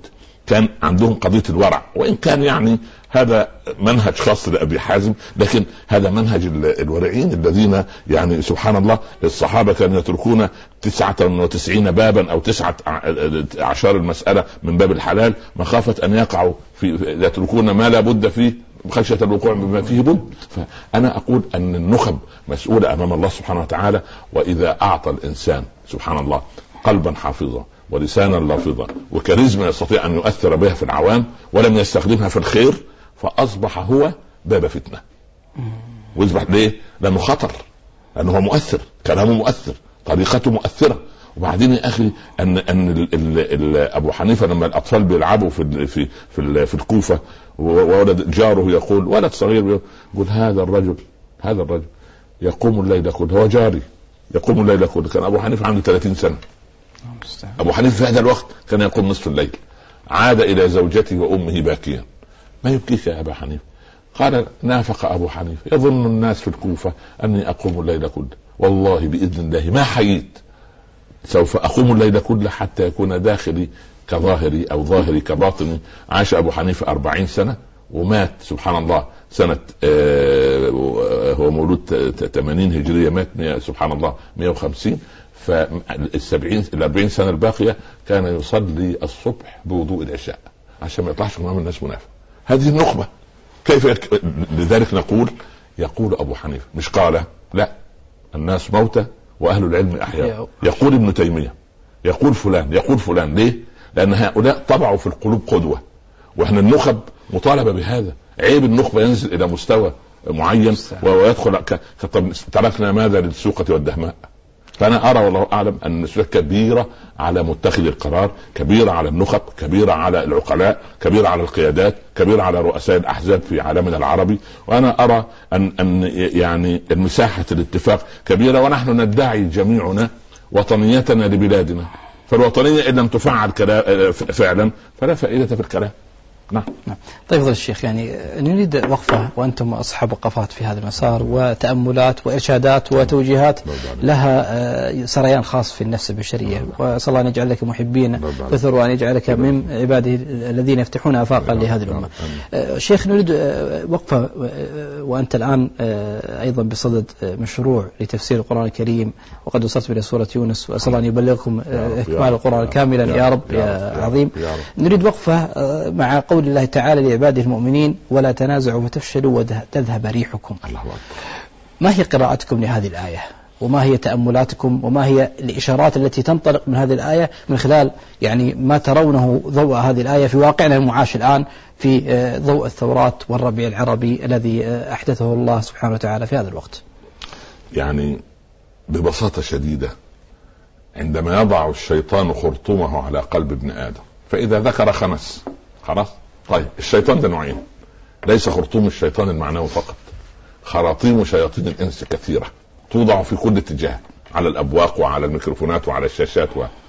كان عندهم قضية الورع، وإن كان يعني هذا منهج خاص لأبي حازم، لكن هذا منهج الورعين الذين يعني سبحان الله الصحابة كانوا يتركون تسعة وتسعين بابا أو تسعة عشر المسألة من باب الحلال مخافة أن يقعوا في، يتركون ما لا بد فيه خشية الوقوع بما فيه بد. فأنا أقول أن النخب مسؤولة أمام الله سبحانه وتعالى، وإذا أعطى الإنسان سبحان الله قلبا حافظا ولسانا لافظا وكاريزما يستطيع أن يؤثر بها في العوام ولم يستخدمها في الخير، فأصبح هو باب فتنة. ويصبح ليه؟ لأنه خطر، لأنه هو مؤثر، كلامه مؤثر، طريقته مؤثرة. وبعدين يا أخي أن أن ال ال ال أبو حنيفة لما الأطفال بيلعبوا في في في, في الكوفة وولد جاره يقول، ولد صغير يقول هذا الرجل هذا الرجل يقوم الليل كله، هو جاري يقوم الليل كله. كان أبو حنيفة عنده ثلاثين سنة. أبو حنيفة في هذا الوقت كان يقوم نصف الليل. عاد إلى زوجته وأمه باكيا. ما يبكيك يا أبا حنيفة؟ قال نافق أبو حنيفة، يظن الناس في الكوفة أني أقوم الليل كله، والله بإذن الله ما حييت سوف أقوم الليل كله حتى يكون داخلي كظاهري أو ظاهري كباطني. عاش أبو حنيفة أربعين سنة ومات سبحان الله سنة آه هو مولود ثمانين هجرية، مات سبحان الله مئة وخمسين. فالسبعين الأربعين سنة الباقية كان يصلي الصبح بوضوء العشاء عشان ما يطلعش امام الناس منافق. هذه النخبة. كيف يك... لذلك نقول يقول أبو حنيفة، مش قال لا الناس موتى وأهل العلم أحياء. يقول ابن تيمية، يقول فلان، يقول فلان. ليه؟ لأن هؤلاء طبعوا في القلوب قدوة، وإحنا النخب مطالبة بهذا. عيب النخبة ينزل إلى مستوى معين ويدخل ك... تركنا ماذا للسوقة والدهماء. فأنا أرى والله أعلم أن المسؤولية كبيرة على متخذ القرار، كبيرة على النخب، كبيرة على العقلاء، كبيرة على القيادات، كبيرة على رؤساء الأحزاب في عالمنا العربي. وأنا أرى أن أن يعني المساحة الاتفاق كبيرة، ونحن ندعي جميعنا وطنيتنا لبلادنا. فالوطنية إن لم تفعل فعلا فلا فائدة في الكلام. نعم. نعم. طيب فضل الشيخ، يعني نريد وقفة وأنتم أصحاب وقفات في هذا المسار وتأملات وإرشادات وتوجيهات لها سريان خاص في النفس البشرية، وصلى الله أن يجعل لك محبين كثر وأن يجعلك من عباده الذين يفتحون آفاقا لهذه الأمة. شيخ نريد وقفة، وأنت الآن أيضا بصدد مشروع لتفسير القرآن الكريم وقد وصلت إلى سورة يونس، وأسأل الله أن يبلغكم إكمال القرآن كاملا يا رب يا عظيم. نريد وقفة مع قول الله تعالى لعباده المؤمنين ولا تنازعوا فتفشلوا وتذهب ريحكم. ما هي قراءتكم لهذه الآية، وما هي تأملاتكم، وما هي الإشارات التي تنطلق من هذه الآية من خلال يعني ما ترونه ضوء هذه الآية في واقعنا المعاش الآن في ضوء الثورات والربيع العربي الذي أحدثه الله سبحانه وتعالى في هذا الوقت؟ يعني ببساطة شديدة، عندما يضع الشيطان خرطومه على قلب ابن آدم فإذا ذكر خمس خلاص. طيب الشيطان ده نوعين، ليس خرطوم الشيطان المعنوي فقط، خراطيم شياطين الإنس كثيرة توضع في كل اتجاه على الأبواق وعلى الميكروفونات وعلى الشاشات.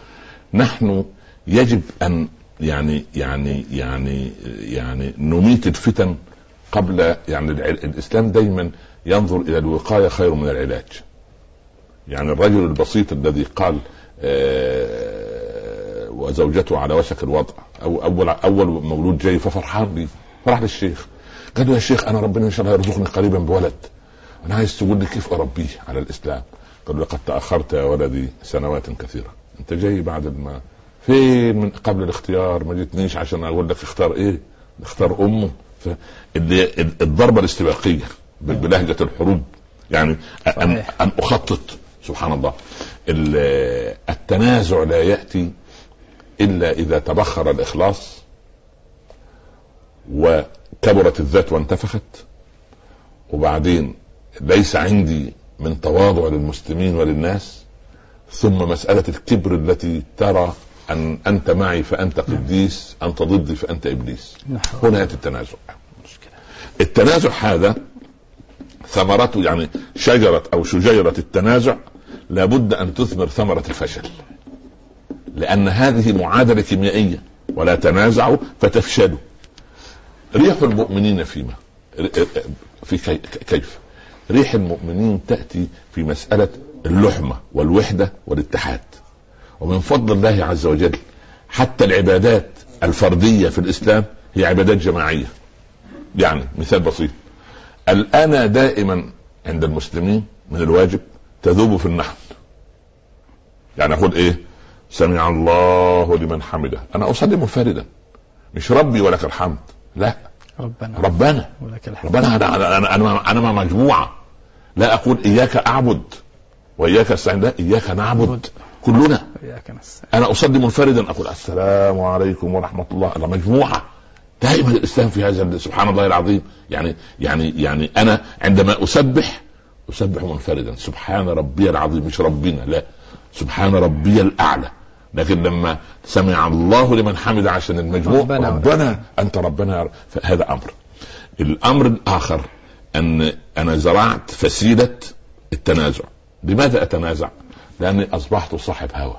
ونحن يجب أن يعني يعني يعني يعني نميت الفتن قبل، يعني الإسلام دايما ينظر إلى الوقاية خير من العلاج. يعني الرجل البسيط الذي قال آه وزوجته على وشك الوضع أو أول أول مولود جاي ففرحان بي، فرح للشيخ قال له يا شيخ أنا ربنا إن شاء الله يرزقني قريبا بولد، أنا عايز تقول لي كيف أربيه على الإسلام. قال له لقد تأخرت يا ولدي سنوات كثيرة، أنت جاي بعد ما فين من قبل الاختيار، ما جيتنيش عشان أقول لك اختار إيه، اختار أمه. الضربة الاستباقية بلهجة الحروب، يعني أن, أن أخطط. سبحان الله، التنازع لا يأتي إلا إذا تبخر الإخلاص وكبرت الذات وانتفخت، وبعدين ليس عندي من تواضع للمسلمين وللناس، ثم مسألة الكبر التي ترى أن أنت معي فأنت قديس، أنت ضدي فأنت إبليس. هنا يأتي التنازع. التنازع هذا ثمرته، يعني شجرة أو شجيرة التنازع لابد أن تثمر ثمرة الفشل، لأن هذه معادلة كيميائية، ولا تنازعوا فتفشلوا. ريح المؤمنين فيما في كيف ريح المؤمنين تأتي في مسألة اللحمة والوحدة والاتحاد. ومن فضل الله عز وجل حتى العبادات الفردية في الإسلام هي عبادات جماعية. يعني مثال بسيط، الأنا دائما عند المسلمين من الواجب تذوب في النحو. يعني أقول إيه؟ سمع الله لمن حمده، أنا أصلي منفردا، مش ربي ولك الحمد، لا، ربنا ربنا ولك الحمد. ربنا أنا أنا أنا أنا مع مجموعة، لا أقول إياك أعبد وإياك أستعين، لا، إياك نعبد كلنا. أنا أصلي منفردا أقول السلام عليكم ورحمة الله، أنا مجموعة. دائما الإسلام في هذا، سبحان الله العظيم. يعني يعني يعني أنا عندما أسبح أسبح منفردا، سبحان ربي العظيم، مش ربنا، لا، سبحان ربي الأعلى. لكن لما سمع الله لمن حمد عشان المجموع، ربنا, ربنا أنت ربنا يا رب. فهذا أمر. الأمر الآخر أن أنا زرعت فسيلة التنازع. لماذا أتنازع؟ لأني أصبحت صاحب هوى.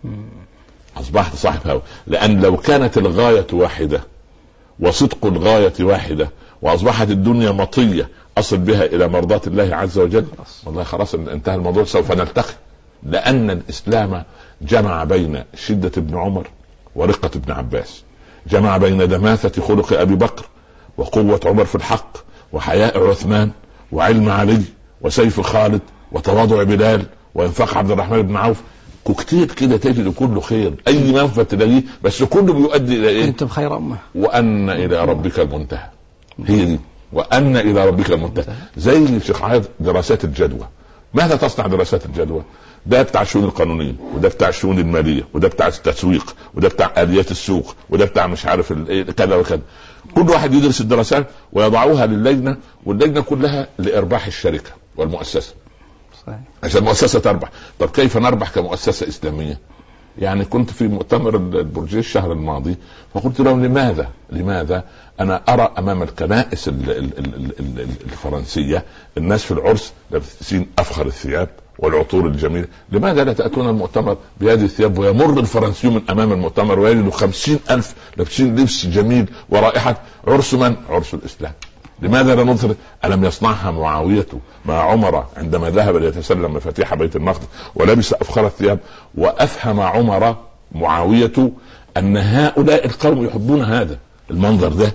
أصبحت صاحب هوى لأن لو كانت الغاية واحدة وصدق الغاية واحدة وأصبحت الدنيا مطية أصل بها إلى مرضاة الله عز وجل، والله خلاص انتهى الموضوع، سوف نلتقي. لأن الإسلام جمع بين شدة ابن عمر ورقة ابن عباس، جمع بين دماثة خلق أبي بكر وقوة عمر في الحق وحياء عثمان وعلم علي وسيف خالد وتواضع بلال وانفاق عبد الرحمن بن عوف. كتير كده تجد كله خير، اي منفذ تلاقيه، بس كله بيؤدي الى ايه؟ انتم خير امه. وان الى ربك المنتهى. هي دي، وان الى ربك المنتهى. زي الشيخ عايض دراسات الجدوى. ماذا تصنع دراسات الجدوى؟ ده بتاع الشؤون القانونيه، وده بتاع الشؤون الماليه، وده بتاع التسويق، وده بتاع اليات السوق، وده بتاع مش عارف كذا وكذا. كل واحد يدرس الدراسات ويضعوها للجنه، واللجنه كلها لارباح الشركه والمؤسسه، عشان المؤسسة تربح. طب كيف نربح كمؤسسة إسلامية؟ يعني كنت في مؤتمر البرجيه الشهر الماضي، فقلت لهم لماذا لماذا أنا أرى أمام الكنائس الفرنسية الناس في العرس لابسين أفخر الثياب والعطور الجميلة، لماذا لا تأتون المؤتمر بهذه الثياب؟ ويمر الفرنسيون من أمام المؤتمر ويجدوا خمسين ألف لابسين لبس جميل ورائحة عرس من؟ عرس الإسلام. لماذا لا نظهر؟ ألم يصنعها معاوية مع عمر عندما ذهب ليتسلم مفاتيح بيت المقدس ولبس أفخر الثياب، وأفهم عمر معاوية أن هؤلاء القوم يحبون هذا المنظر ده،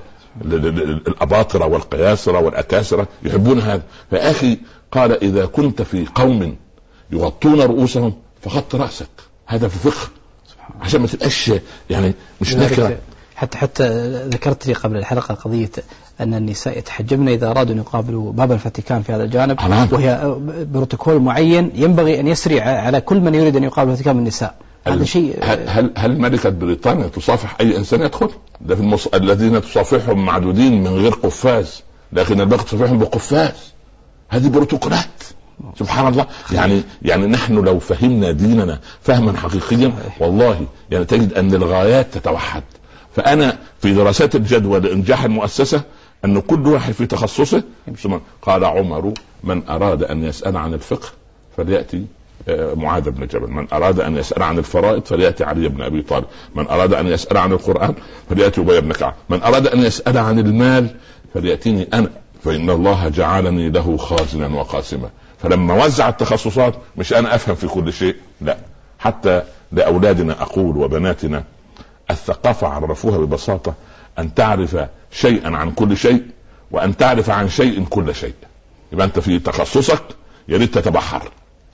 الأباطرة والقياسرة والأكاسرة يحبون هذا. فأخي قال إذا كنت في قوم يغطون رؤوسهم فغط رأسك، هذا في فقه، عشان ما تبقاش يعني مش نكرة. حتى حتى ذكرت لي قبل الحلقة قضية أن النساء يتحجبن إذا أرادوا أن يقابلوا باب الفاتيكان في هذا الجانب، وهي بروتوكول معين ينبغي أن يسري على كل من يريد أن يقابل الفاتيكان من النساء. هذا شيء. هل هل ملكة بريطانيا تصافح أي إنسان يدخل؟ ده في المص... الذين تصافحهم معدودين من غير قفاز، لكن الباقي تصافحهم بقفاز. هذه بروتوكولات. سبحان الله. يعني يعني نحن لو فهمنا ديننا فهما حقيقيا والله يعني تجد أن الغايات تتوحد. فأنا في دراسات الجدوى لإنجاح المؤسسة أن كل واحد في تخصصه. قال عمر من أراد أن يسأل عن الفقه فليأتي معاذ بن جبل، من أراد أن يسأل عن الفرائض فليأتي علي بن أبي طالب، من أراد أن يسأل عن القرآن فليأتي أبي بن كعب، من أراد أن يسأل عن المال فليأتيني أنا فإن الله جعلني له خازنا وقاسما. فلما وزع التخصصات مش أنا أفهم في كل شيء، لا، حتى لأولادنا أقول وبناتنا الثقافة عرفوها ببساطة أن تعرف شيئا عن كل شيء وأن تعرف عن شيء كل شيء. يبقى أنت في تخصصك يريد تتبحر،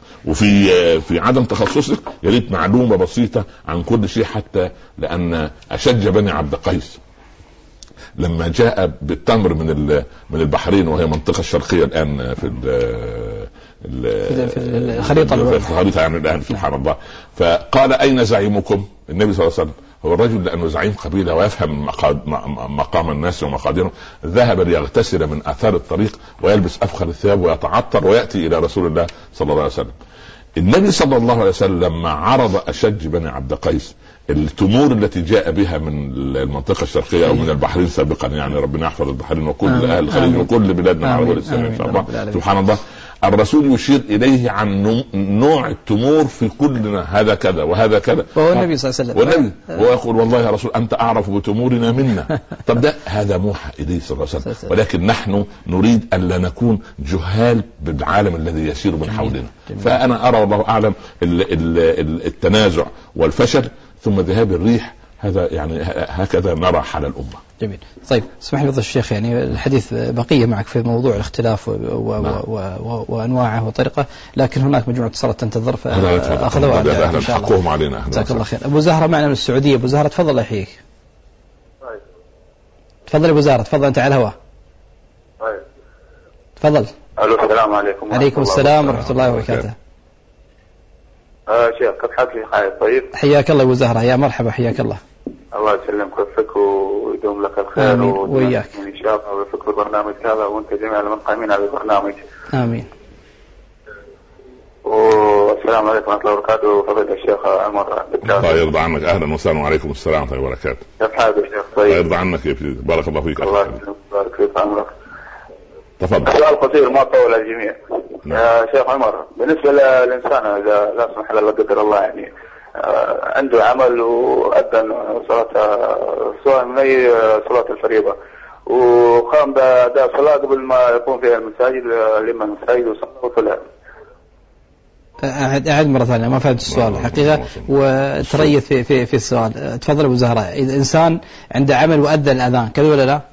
وفي في عدم تخصصك يريد معلومة بسيطة عن كل شيء. حتى لأن أشج بني عبد قيس لما جاء بالتمر من من البحرين، وهي منطقة الشرقية الآن في الخريطة الخريطة يعني الآن، سبحان الله. فقال أين زعيمكم؟ النبي صلى الله عليه وسلم هو الرجل لأنه زعيم قبيلة ويفهم مقام الناس ومقاديرهم، ذهب ليغتسل من آثار الطريق ويلبس أفخر الثياب ويتعطر ويأتي إلى رسول الله صلى الله عليه وسلم. النبي صلى الله عليه وسلم لما عرض أشج بني عبد قيس التمور التي جاء بها من المنطقة الشرقية أو من البحرين سابقا، يعني ربنا يحفظ البحرين وكل أهل الخليج وكل بلادنا العربية الإسلامية إن شاء الله. سبحان الله. الرسول يشير إليه عن نوع التمور في كلنا، هذا كذا وهذا كذا، وهو النبي صلى الله عليه وسلم، هو يقول والله يا رسول أنت أعرف بتمورنا منا. طب ده هذا موحى إليه صلى الله عليه وسلم. ولكن نحن نريد أن لا نكون جهال بالعالم الذي يسير من حولنا. فأنا أرى والله أعلم التنازع والفشل ثم ذهاب الريح هذا يعني هكذا نرى حال الأمة. جميل. طيب اسمح لي فضل الشيخ، يعني الحديث بقية معك في موضوع الاختلاف و... و... نعم. و... و... وأنواعه وطريقه، لكن هناك مجموعة اتصالات تنتظر فأخذوا إن شاء الله. حقهم علينا. جزاك الله خير. أبو زهرة معنا من السعودية. أبو زهرة تفضل الله يحييك. طيب. تفضل أبو زهرة، تفضل أنت على الهواء. طيب. تفضل. ألو السلام عليكم. عليكم السلام ورحمة الله وبركاته. آه شيخ كيف حالك يا حي؟ طيب. حياك الله أبو زهرة، يا مرحبا حياك الله. الله يسلمك ويوفقك ويدوم لك الخير. آمين وإياك. إن شاء الله ويوفقك البرنامج هذا وأنت جميع المنقمين على البرنامج. آمين. والسلام عليكم ورحمة الله وبركاته. فضيلة الشيخ عمر. الله يرضى عنك. أهلا وسهلا وعليكم السلام ورحمة الله وبركاته. كيف حالك يا شيخ؟ طيب. الله يرضى عنك يا سيدي. بارك الله فيك. الله يبارك فيك عمرك. تفضل. سؤال قصير ما طول الجميع. نعم. يا شيخ عمر، بالنسبة للإنسان إذا لا سمح الله لا قدر الله يعني عنده عمل وأذن صلاة سواء من أي صلاة الفريضة وقام بأداء صلاة قبل ما يقوم فيها المساجد لما المساجد وصلى وطلع. أعد أعد مرة ثانية، ما فهمت السؤال الحقيقة وتريث في في في السؤال. تفضل أبو زهرة. إذا إنسان عنده عمل وأذن الأذان كذا ولا لا؟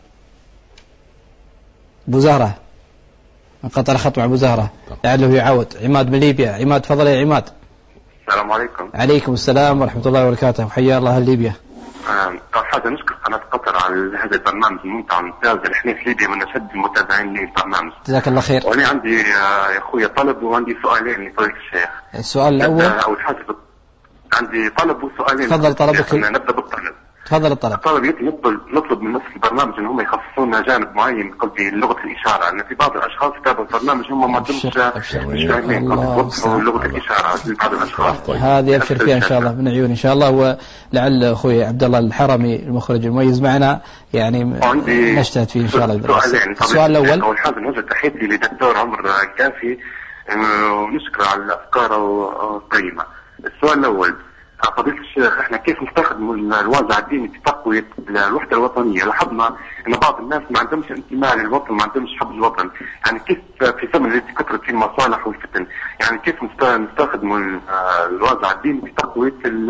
أبو زهرة انقطع الخط مع أبو زهرة، لعله يعود. عماد من ليبيا. عماد تفضل يا عماد. السلام عليكم. عليكم السلام ورحمة الله وبركاته، وحيا الله ليبيا. أول حاجة نشكر قناة قطر على هذا البرنامج الممتع والممتاز. نحن في ليبيا من أشد المتابعين للبرنامج. جزاك الله خير. وأنا عندي يا أخوي طلب وعندي سؤالين لفضيلة الشيخ. السؤال الأول. أول حاجة عندي طلب وسؤالين. تفضل طلبك. نبدأ بالطلب. تفضل الطلب. الطلب يطلب نطلب من نفس البرنامج ان هم يخصصون جانب معين قصدي لغه الاشاره، لان في بعض الاشخاص يتابعوا البرنامج هم ما عندهمش مش فاهمين يوضحوا لغه الاشاره لبعض الاشخاص. هذه ابشر فيها ان شاء الله من عيون ان شاء الله. ولعل اخوي عبد الله الحرمي المخرج المميز معنا يعني نجتهد فيه ان شاء الله. السؤال الاول. اول حاجه نوجه تحياتي لدكتور عمر الكافي ونشكر على الافكار القيمه. السؤال الاول، فضيلة الشيخ احنا كيف نستخدم الوازع الديني في تقوية الوحدة الوطنية؟ لاحظنا ان بعض الناس ما عندهمش انتماء للوطن، ما عندهمش حب الوطن، يعني كيف في زمن التي كثرت فيه المصالح والفتن، يعني كيف نستخدم الوازع الديني في تقوية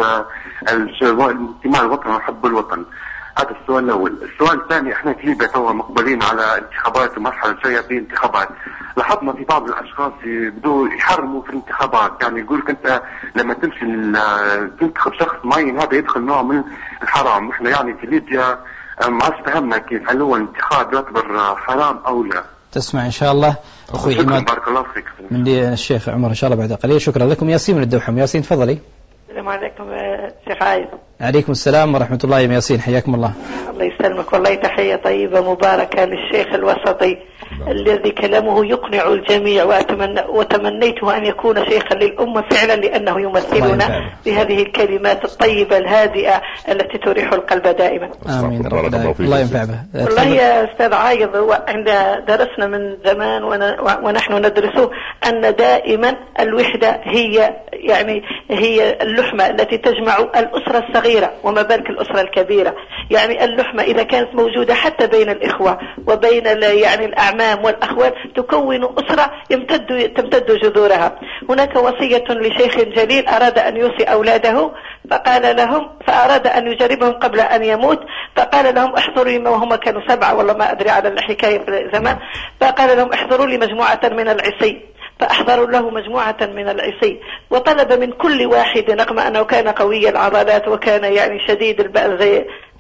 الانتماء للوطن وحب الوطن؟ هذا السؤال الأول. السؤال الثاني، احنا في ليبيا توا مقبلين على انتخابات المرحلة الجاية في انتخابات. لاحظنا في بعض الأشخاص يبدو يحرموا في الانتخابات، يعني يقول لك أنت لما تمشي تنتخب شخص معين هذا يدخل نوع من الحرام. احنا يعني في ليبيا ما عادش فهمنا كيف، هل هو الانتخاب يعتبر حرام أو لا؟ تسمع إن شاء الله أخوي عماد. بارك الله فيك. من الشيخ عمر إن شاء الله بعد قليل. شكرا لكم. ياسين من الدوحة. ياسين تفضلي. السلام عليكم شيخ عايز. عليكم السلام ورحمة الله يا ياسين، حياكم الله. الله يسلمك. والله تحية طيبة مباركة للشيخ الوسطي الذي كلامه يقنع الجميع، وأتمنى وتمنيته أن يكون شيخا للأمة فعلا، لأنه يمثلنا بهذه الكلمات الطيبة الهادئة التي تريح القلب دائما. آمين. الله ينفع به. والله يا أستاذ عايض، عند درسنا من زمان ونحن ندرسه أن دائما الوحدة هي يعني هي اللحمة التي تجمع الأسرة الصغيرة وما بالك الأسرة الكبيرة. يعني اللحمة إذا كانت موجودة حتى بين الإخوة وبين يعني الأعمام والأخوال تكون أسرة يمتد تمتد جذورها. هناك وصية لشيخ جليل أراد أن يوصي أولاده فقال لهم فأراد أن يجربهم قبل أن يموت، فقال لهم احضروا لي، وهم كانوا سبعة والله ما أدري على الحكاية في زمان، فقال لهم احضروا لي مجموعة من العصي، فأحضروا له مجموعة من العصي، وطلب من كل واحد رغم أنه كان قوي العضلات وكان يعني شديد البأس زي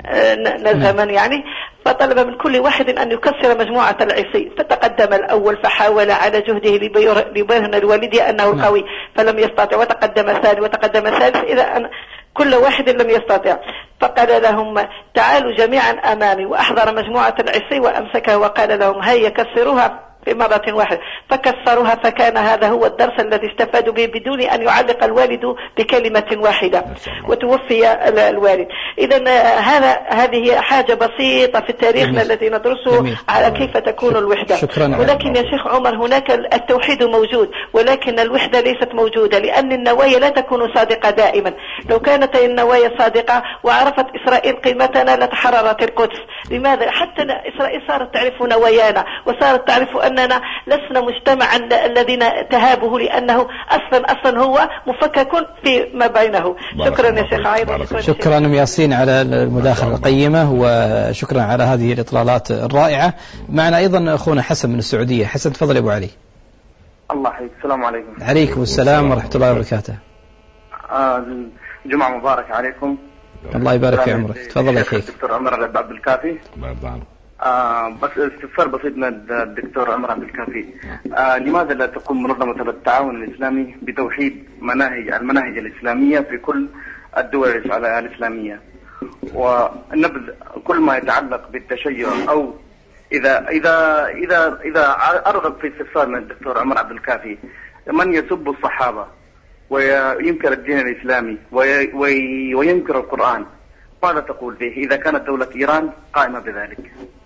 نزمن يعني، فطلب من كل واحد أن يكسر مجموعة العصي. فتقدم الأول فحاول على جهده ليبين لوالده أنه القوي فلم يستطع، وتقدم الثاني وتقدم الثالث إذا أن كل واحد لم يستطع، فقال لهم تعالوا جميعا أمامي، وأحضر مجموعة العصي وأمسكها وقال لهم هيا كسروها في مرة واحدة، فكسروها. فكان هذا هو الدرس الذي استفادوا به بدون أن يعلق الوالد بكلمة واحدة، وتوفي الوالد. إذن هذا هذه حاجة بسيطة في تاريخنا الذي ندرسه جميل. على كيف تكون الوحدة. شكرا. ولكن يا شيخ عمر هناك التوحيد موجود ولكن الوحدة ليست موجودة، لأن النوايا لا تكون صادقة دائما. لو كانت النوايا صادقة وعرفت إسرائيل قيمتنا لتحررت القدس. لماذا؟ حتى إسرائيل صارت تعرف نوايانا وصارت تعرف أن لأننا لسنا مجتمعا الذين تهابه، لأنه أصلا أصلا هو مفكك في ما بينه. شكرا يا شيخ عايض. شكرا أم ياسين على المداخلة القيمة، وشكرا على هذه الإطلالات الرائعة. معنا أيضا أخونا حسن من السعودية. حسن تفضل أبو علي. الله يحييك. السلام عليكم. عليكم السلام ورحمة الله وبركاته. آه جمعة مبارك عليكم. الله يبارك في عمرك. تفضل يا أخي. الدكتور عمر عبد الكافي. الله يرضى عنك. آه بس استفسار بسيط من الدكتور عمر عبد الكافي. آه لماذا لا تقوم منظمة التعاون الإسلامي بتوحيد مناهج المناهج الإسلامية في كل الدول الإسلامية، ونبذ كل ما يتعلق بالتشيع، أو إذا إذا إذا إذا أرغب في استفسار من الدكتور عمر عبد الكافي من يسب الصحابة وينكر الدين الإسلامي وينكر القرآن، ماذا تقول فيه إذا كانت دولة إيران قائمة بذلك؟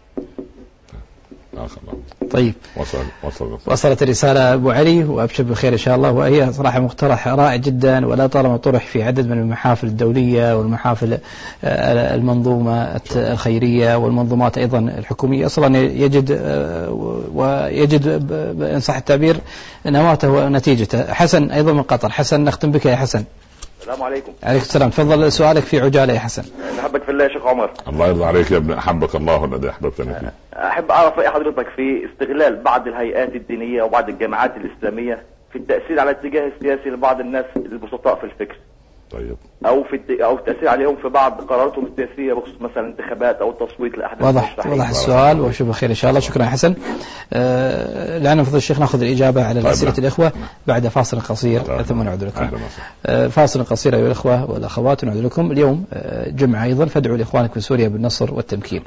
طيب، وصل وصل وصلت الرسالة أبو علي، وأبشر بالخير إن شاء الله. وهي صراحة مقترح رائع جدا، ولا طالما طرح في عدد من المحافل الدولية والمحافل المنظومة الخيرية والمنظومات أيضا الحكومية، أصلا يجد ويجد إن صح التعبير نواته ونتيجته. حسن أيضا من قطر. حسن نختم بك يا حسن. السلام عليكم. عليكم السلام. تفضل سؤالك في عجالة يا حسن. أحبك في الله يا شيخ عمر. الله يرضى عليك يا ابن، أحبك الله الذي أحببتني فيه. أحب أعرف رأي حضرتك في استغلال بعض الهيئات الدينية وبعض الجامعات الإسلامية في التأثير على الاتجاه السياسي لبعض الناس البسطاء في الفكر. طيب. أو في الت... أو التأثير عليهم في بعض قراراتهم السياسية بخصوص مثلا انتخابات أو التصويت لأحداث. واضح واضح السؤال، وشوف بخير إن شاء الله. شكرا حسن. أه... لعنا فضل الشيخ نأخذ الإجابة على أسئلة الإخوة بعد فاصل قصير ثم نعود لكم. أه... فاصل قصير أيها الإخوة والأخوات، نعود لكم. اليوم أه... جمعة أيضا، فادعوا لإخوانكم في سوريا بالنصر والتمكين.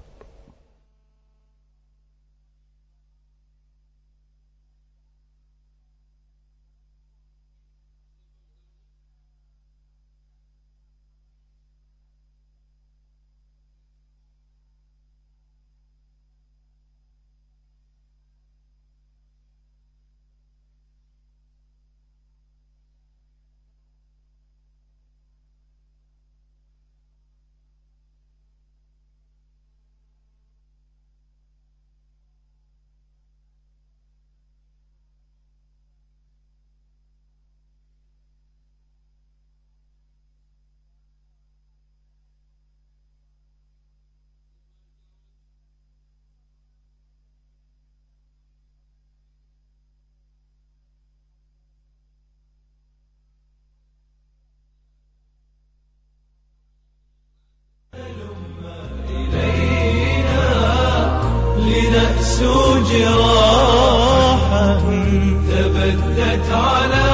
لنأسوا جراحا تبدت على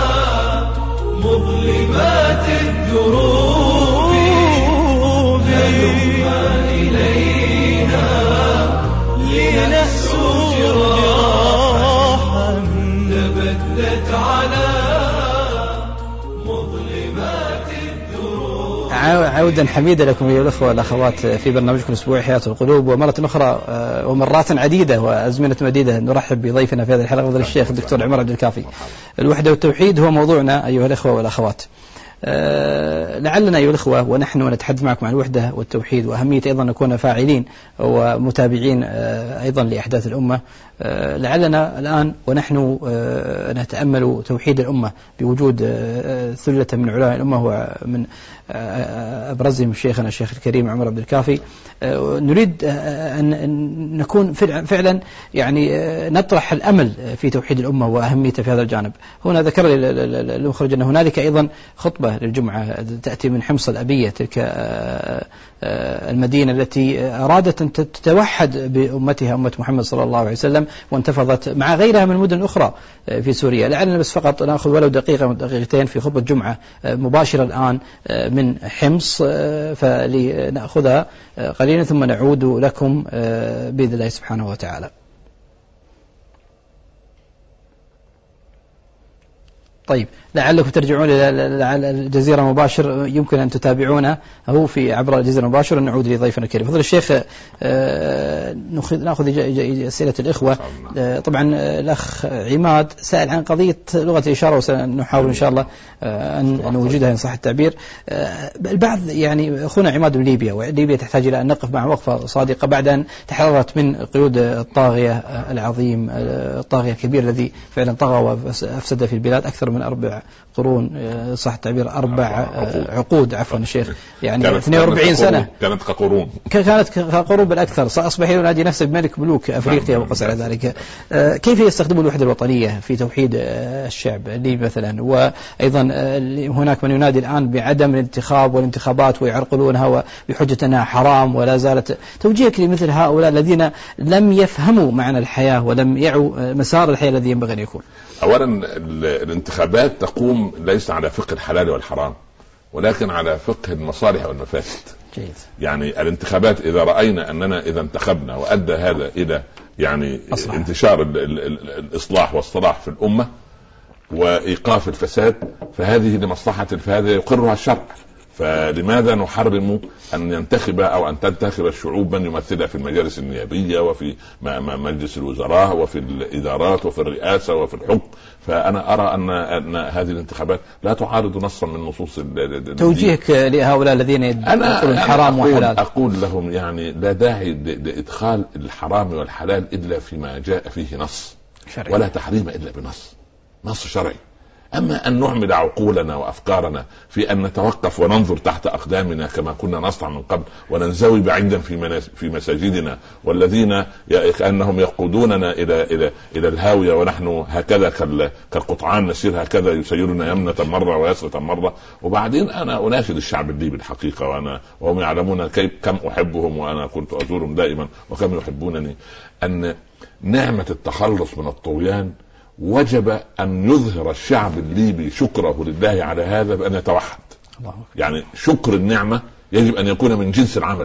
مظلمات الدروب، هلم إلينا لنأسوا جراحا تبدت على مظلمات الدروب. عودا حميدا لكم أيها الأخوة والأخوات في برنامجكم الأسبوعي حياة القلوب، ومرة أخرى ومرات عديدة وأزمنة مديدة نرحب بضيفنا في هذه الحلقة فضيلة الشيخ الدكتور عمر عبد الكافي. الوحدة والتوحيد هو موضوعنا أيها الأخوة والأخوات. أه لعلنا أيها الأخوة ونحن نتحدث معكم عن الوحدة والتوحيد وأهمية أيضا نكون فاعلين ومتابعين أه أيضا لأحداث الأمة. أه لعلنا الآن ونحن أه نتأمل توحيد الأمة بوجود أه ثلة من علماء الأمة ومن أه أبرزهم شيخنا الشيخ الكريم عمر عبد الكافي. أه نريد أن نكون فعلا يعني نطرح الأمل في توحيد الأمة وأهميته في هذا الجانب. هنا ذكر المخرج أن هنالك أيضا خطبة للجمعة تأتي من حمص الأبية، تلك المدينة التي أرادت أن تتوحد بأمتها أمة محمد صلى الله عليه وسلم، وانتفضت مع غيرها من مدن أخرى في سوريا. لعلنا بس فقط نأخذ ولو دقيقة من دقيقتين في خطبة جمعة مباشرة الآن من حمص، فلنأخذها قليلا ثم نعود لكم بإذن الله سبحانه وتعالى. طيب لعلكم ترجعون إلى الجزيرة مباشر، يمكن أن تتابعونا هو في عبر الجزيرة مباشر. نعود لضيفنا الكريم فضل الشيخ. نأخذ أسئلة الإخوة. طبعا الأخ عماد سأل عن قضية لغة الإشارة، وسنحاول إن شاء الله أن نوجدها إن صح التعبير. البعض يعني أخونا عماد من ليبيا، وليبيا تحتاج إلى أن نقف مع وقفة صادقة بعد أن تحررت من قيود الطاغية العظيم، الطاغية الكبير الذي فعلا طغى وأفسد في البلاد أكثر من أربع قرون صح التعبير، أربع عقود عفوا الشيخ، يعني اثنين وأربعين سنة كانت كقرون، كانت كقرون بالأكثر. أصبح ينادي نفسه بملك ملوك أفريقيا وقس على ذلك. كيف يستخدم الوحدة الوطنية في توحيد الشعب الليبي مثلا؟ وأيضا هناك من ينادي الآن بعدم الانتخاب والانتخابات ويعرقلونها بحجة أنها حرام، ولا زالت. توجيهك لمثل هؤلاء الذين لم يفهموا معنى الحياة ولم يعوا مسار الحياة الذي ينبغي أن يكون؟ أولا الانتخابات تقوم ليس على فقه الحلال والحرام، ولكن على فقه المصالح والمفاسد. جيد. يعني الانتخابات إذا رأينا أننا إذا انتخبنا وأدى هذا إلى يعني أصلاح. انتشار ال ال ال الإصلاح والصلاح في الأمة وإيقاف الفساد، فهذه لمصلحة، فهذا يقرها الشرع. فلماذا نحرم أن ينتخب أو أن تنتخب الشعوب من يمثلها في المجالس النيابية وفي مجلس الوزراء وفي الإدارات وفي الرئاسة وفي الحكم؟ فأنا أرى أن, أن هذه الانتخابات لا تعارض نصا من نصوص. توجيهك لهؤلاء الذين يدخلون الحرام والحلال؟ أقول لهم يعني لا داعي لإدخال الحرام والحلال إلا فيما جاء فيه نص شرعي، ولا تحريم إلا بنص نص شرعي. أما أن نعمل عقولنا وأفكارنا في أن نتوقف وننظر تحت أقدامنا كما كنا نصنع من قبل، وننزوي بعيدا في في مساجدنا، والذين كأنهم يقودوننا إلى إلى إلى الهاوية، ونحن هكذا كالقطعان نسير هكذا، يسيرنا يمنة مرة ويسرة مرة. وبعدين أنا أناشد الشعب الليبي الحقيقة، وأنا وهم يعلمون كيف كم أحبهم، وأنا كنت أزورهم دائما وكم يحبونني، أن نعمة التخلص من الطغيان وجب أن يظهر الشعب الليبي شكره لله على هذا بأن يتوحد. يعني شكر النعمة يجب أن يكون من جنس العمل.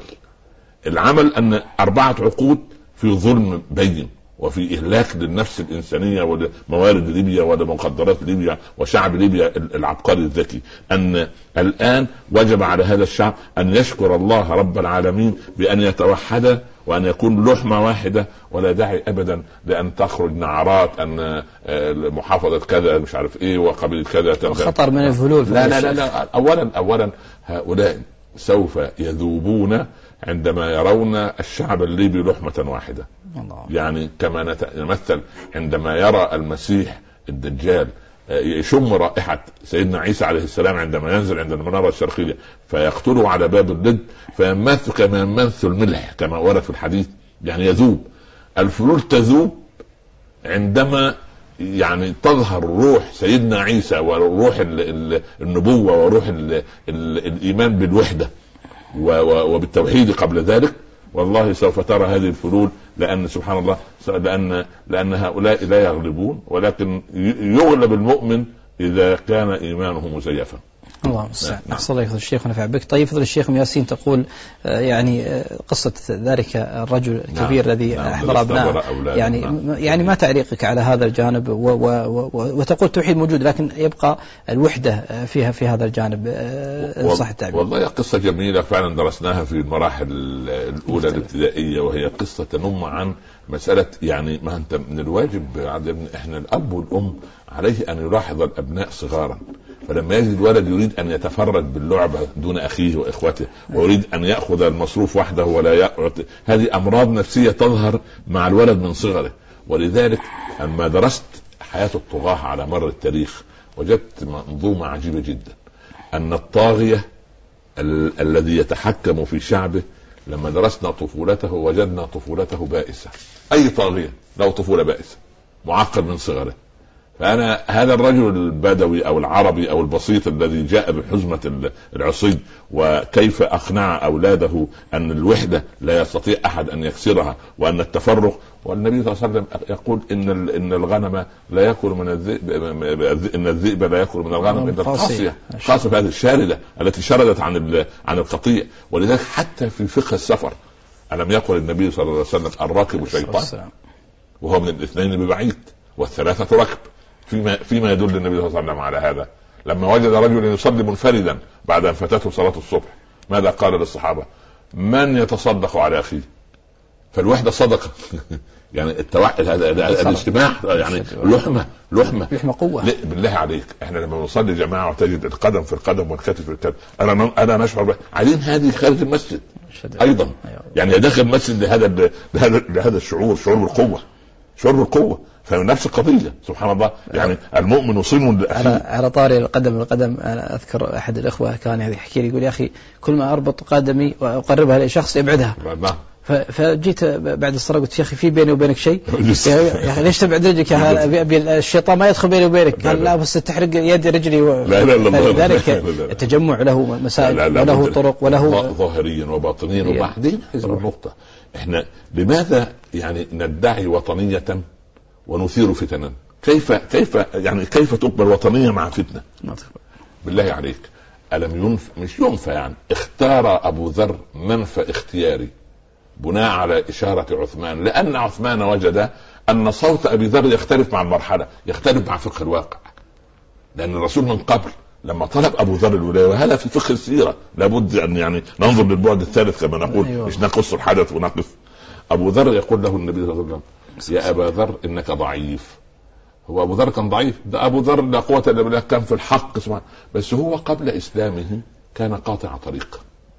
العمل أن أربعة عقود في ظلم بين وفي إهلاك للنفس الإنسانية ولموارد ليبيا ولمقدرات ليبيا وشعب ليبيا العبقري الذكي، أن الآن وجب على هذا الشعب أن يشكر الله رب العالمين بأن يتوحد وأن يكون لحمة واحدة، ولا داعي أبدا لأن تخرج نعرات أن محافظة كذا مش عارف إيه وقبيلة كذا خطر من الفلول. لا لا لا, لا. أولا أولا هؤلاء سوف يذوبون عندما يرون الشعب الليبي لحمة واحدة. الله. يعني كما نتمثل عندما يرى المسيح الدجال يشم رائحة سيدنا عيسى عليه السلام عندما ينزل عند المنارة الشرقية فيقتله على باب اللد، فيمثل كما يمثل الملح كما ورد في الحديث، يعني يذوب. الفلول تذوب عندما يعني تظهر روح سيدنا عيسى وروح النبوة وروح الإيمان بالوحدة وبالتوحيد قبل ذلك. والله سوف ترى هذه الفلول، لأن سبحان الله لأن لأن هؤلاء لا يغلبون، ولكن يغلب المؤمن إذا كان إيمانه مزيفا. الله المستعان. أحسن الله يا الشيخ ونفع بك. طيب فضل الشيخ أم ياسين تقول يعني قصة ذلك الرجل الكبير الذي نعم. أحضر أبناء، يعني يعني ما تعليقك على هذا الجانب؟ و و و وتقول التوحيد موجود لكن يبقى الوحدة فيها في هذا الجانب صح التعبير. والله قصة جميلة فعلا درسناها في المراحل الأولى الابتدائية، وهي قصة تنم عن مسألة يعني ما أنت من الواجب إحنا الأب والأم عليه أن يلاحظ الأبناء صغارا، فلما يجد الولد يريد أن يتفرد باللعبة دون أخيه وإخوته، ويريد أن يأخذ المصروف وحده ولا يعطي، هذه أمراض نفسية تظهر مع الولد من صغره. ولذلك أما درست حياة الطغاة على مر التاريخ وجدت منظومة عجيبة جدا، أن الطاغية ال- الذي يتحكم في شعبه لما درسنا طفولته وجدنا طفولته بائسة. أي طاغية له طفولة بائسة، معقد من صغره. فأنا هذا الرجل البدوي أو العربي أو البسيط الذي جاء بحزمة العصي وكيف أقنع أولاده أن الوحدة لا يستطيع أحد أن يكسرها، وأن التفرق، والنبي صلى الله عليه وسلم يقول إن إن الغنم لا يأكل من الذئب، إن الذئب لا يأكل من الغنم إلا القاصية. قاصية هذه الشاردة التي شردت عن عن القطيع. ولذلك حتى في فقه السفر ألم يقل النبي صلى الله عليه وسلم الراكب شيطان، وهو من الاثنين ببعيد والثلاثة ركب. فيما فيما يدل النبي صلى الله عليه وسلم على هذا. لما وجد رجلا يصلي منفردا بعد ان فاتته صلاه الصبح ماذا قال للصحابه؟ من يتصدق على اخيه؟ فالوحده صدقه. يعني التوحد هذا الاجتماع يعني لحمه لحمه لحمه قوه. بالله عليك احنا لما نصلي جماعه وتجد القدم في القدم والكتف في الكتف انا انا نشعر عايزين هذه خارج المسجد ايضا. يعني داخل المسجد لهذا لهذا لهذا الشعور، شعور بالقوه، شعور بالقوه. فنفس القضيه سبحان الله. يعني المؤمن صين على على طاري القدم القدم انا اذكر احد الاخوه كان يحكي لي يقول يا اخي كل ما اربط قدمي واقربها لشخص يبعدها. فجيت بعد الصلاة قلت يا أخي في بيني وبينك شيء يا أخي ليش تبعد رجلك يا أبي الشيطان ما يدخل بيني وبينك. قال لا بس تحرق يدي رجلي و... لا لا لا ذلك التجمع له مسائل لا لا وله طرق وله ظاهريا وباطنيا. وبعدين حزب النقطة احنا لماذا يعني ندعي وطنية ونثير فتنا؟ كيف كيف يعني كيف تقبل وطنية مع فتنة؟ بالله عليك ألم ينف مش ينفى يعني اختار أبو ذر منفى اختياري بناء على إشارة عثمان، لأن عثمان وجد أن صوت أبي ذر يختلف مع المرحلة، يختلف مع فقه الواقع. لأن الرسول من قبل لما طلب أبو ذر الولاية، وهذا في فقه السيرة لابد أن يعني ننظر للبعد الثالث كما نقول، أيوة. مش نقص الحدث ونقف. أبو ذر يقول له النبي صلى الله عليه وسلم يا أبا ذر إنك ضعيف. هو أبو ذر كان ضعيف؟ ده أبو ذر لا قوة إلا بالله، كان في الحق سبحانه. بس هو قبل إسلامه كان قاطع طريق،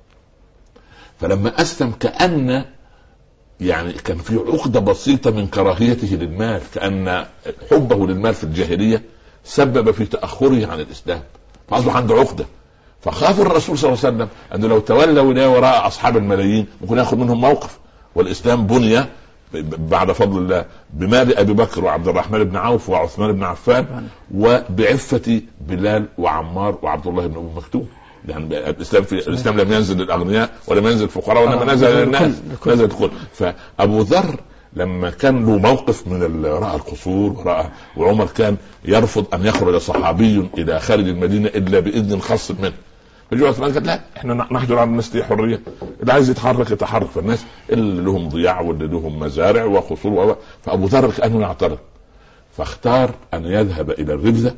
فلما أسلم كأن يعني كان في عقدة بسيطة من كراهيته للمال، كأن حبه للمال في الجاهلية سبب في تأخره عن الإسلام، فأصبح عنده عقدة. فخاف الرسول صلى الله عليه وسلم أنه لو تولى ولاية وراء أصحاب الملايين ممكن يأخذ منهم موقف. والإسلام بني بعد فضل الله بمال أبي بكر وعبد الرحمن بن عوف وعثمان بن عفان وبعفة بلال وعمار وعبد الله بن أبي مكتوم. يعني الإسلام في الإسلام لم ينزل للأغنياء ولم ينزل الفقراء وإنما نزل للناس، نزل الكل. فأبو ذر لما كان له موقف من وراء القصور وراء، وعمر كان يرفض أن يخرج صحابي إلى خارج المدينة إلا بإذن خاص منه، فجاء عثمان قال لا احنا نحجر على الناس دي حرية، اللي عايز يتحرك يتحرك. فالناس اللي لهم ضياع واللي لهم مزارع وقصور، فأبو ذر كأنه يعترض، فاختار أن يذهب إلى الربذة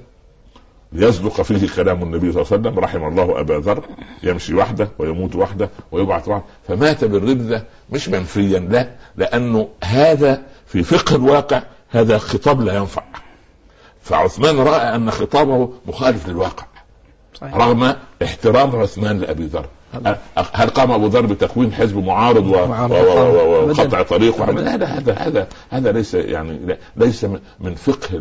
يصدق فيه كلام النبي صلى الله عليه وسلم رحم الله أبا ذر، يمشي وحده ويموت وحده ويبعث وحده. فمات بالربذة مش منفيا، لا، لأنه هذا في فقه الواقع هذا خطاب لا ينفع. فعثمان رأى أن خطابه مخالف للواقع صحيح. رغم احترام عثمان لأبي ذر. هل قام أبو ذر بتكوين حزب معارض وقطع طريق؟ لا لا، هذا هذا هذا ليس يعني ليس من فقه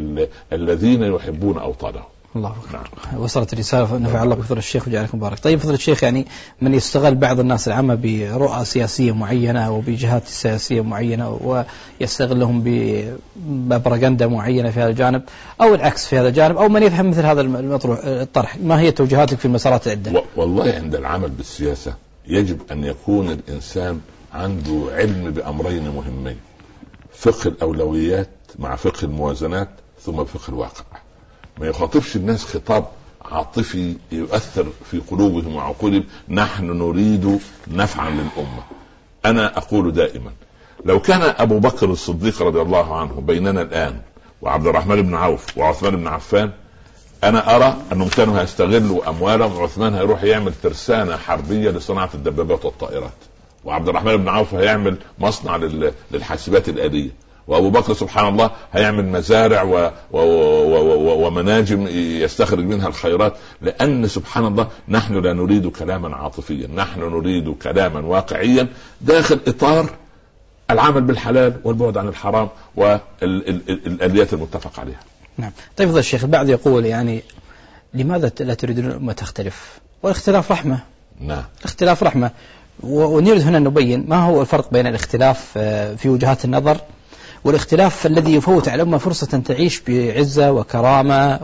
الذين يحبون أوطانهم. الله نعم. وصلت الرسالة، نفع الله بفضل الشيخ وجعلكم مبارك. طيب فضل الشيخ، يعني من يستغل بعض الناس العامة برؤى سياسية معينة وبجهات سياسية معينة ويستغلهم ببروباغندا معينة في هذا الجانب أو العكس في هذا الجانب، أو من يفهم مثل هذا المطروح الطرح، ما هي توجيهاتك في المسارات العدة؟ والله عند العمل بالسياسة يجب أن يكون الإنسان عنده علم بأمرين مهمين: فقه الأولويات مع فقه الموازنات، ثم فقه الواقع. ما يخاطبش الناس خطاب عاطفي يؤثر في قلوبهم وعقولهم. نحن نريد نفعا للأمة. أنا أقول دائما لو كان أبو بكر الصديق رضي الله عنه بيننا الآن وعبد الرحمن بن عوف وعثمان بن عفان، أنا أرى أنهم كانوا هيستغلوا أموالهم، وعثمان هيروح يعمل ترسانة حربية لصناعة الدبابات والطائرات، وعبد الرحمن بن عوف هيعمل مصنع للحاسبات الآلية، وأبو بكر سبحان الله هيعمل مزارع و... و... و... ومناجم يستخرج منها الخيرات. لأن سبحان الله نحن لا نريد كلاما عاطفيا، نحن نريد كلاما واقعيا داخل إطار العمل بالحلال والبعد عن الحرام والآليات المتفق عليها. نعم. طيب فضل الشيخ، البعض يقول يعني لماذا لا تريدون الأمة تختلف؟ والاختلاف رحمة. نعم. الاختلاف رحمة، ونريد هنا نبين ما هو الفرق بين الاختلاف في وجهات النظر والاختلاف الذي يفوت على الأمة فرصة تعيش بعزة وكرامة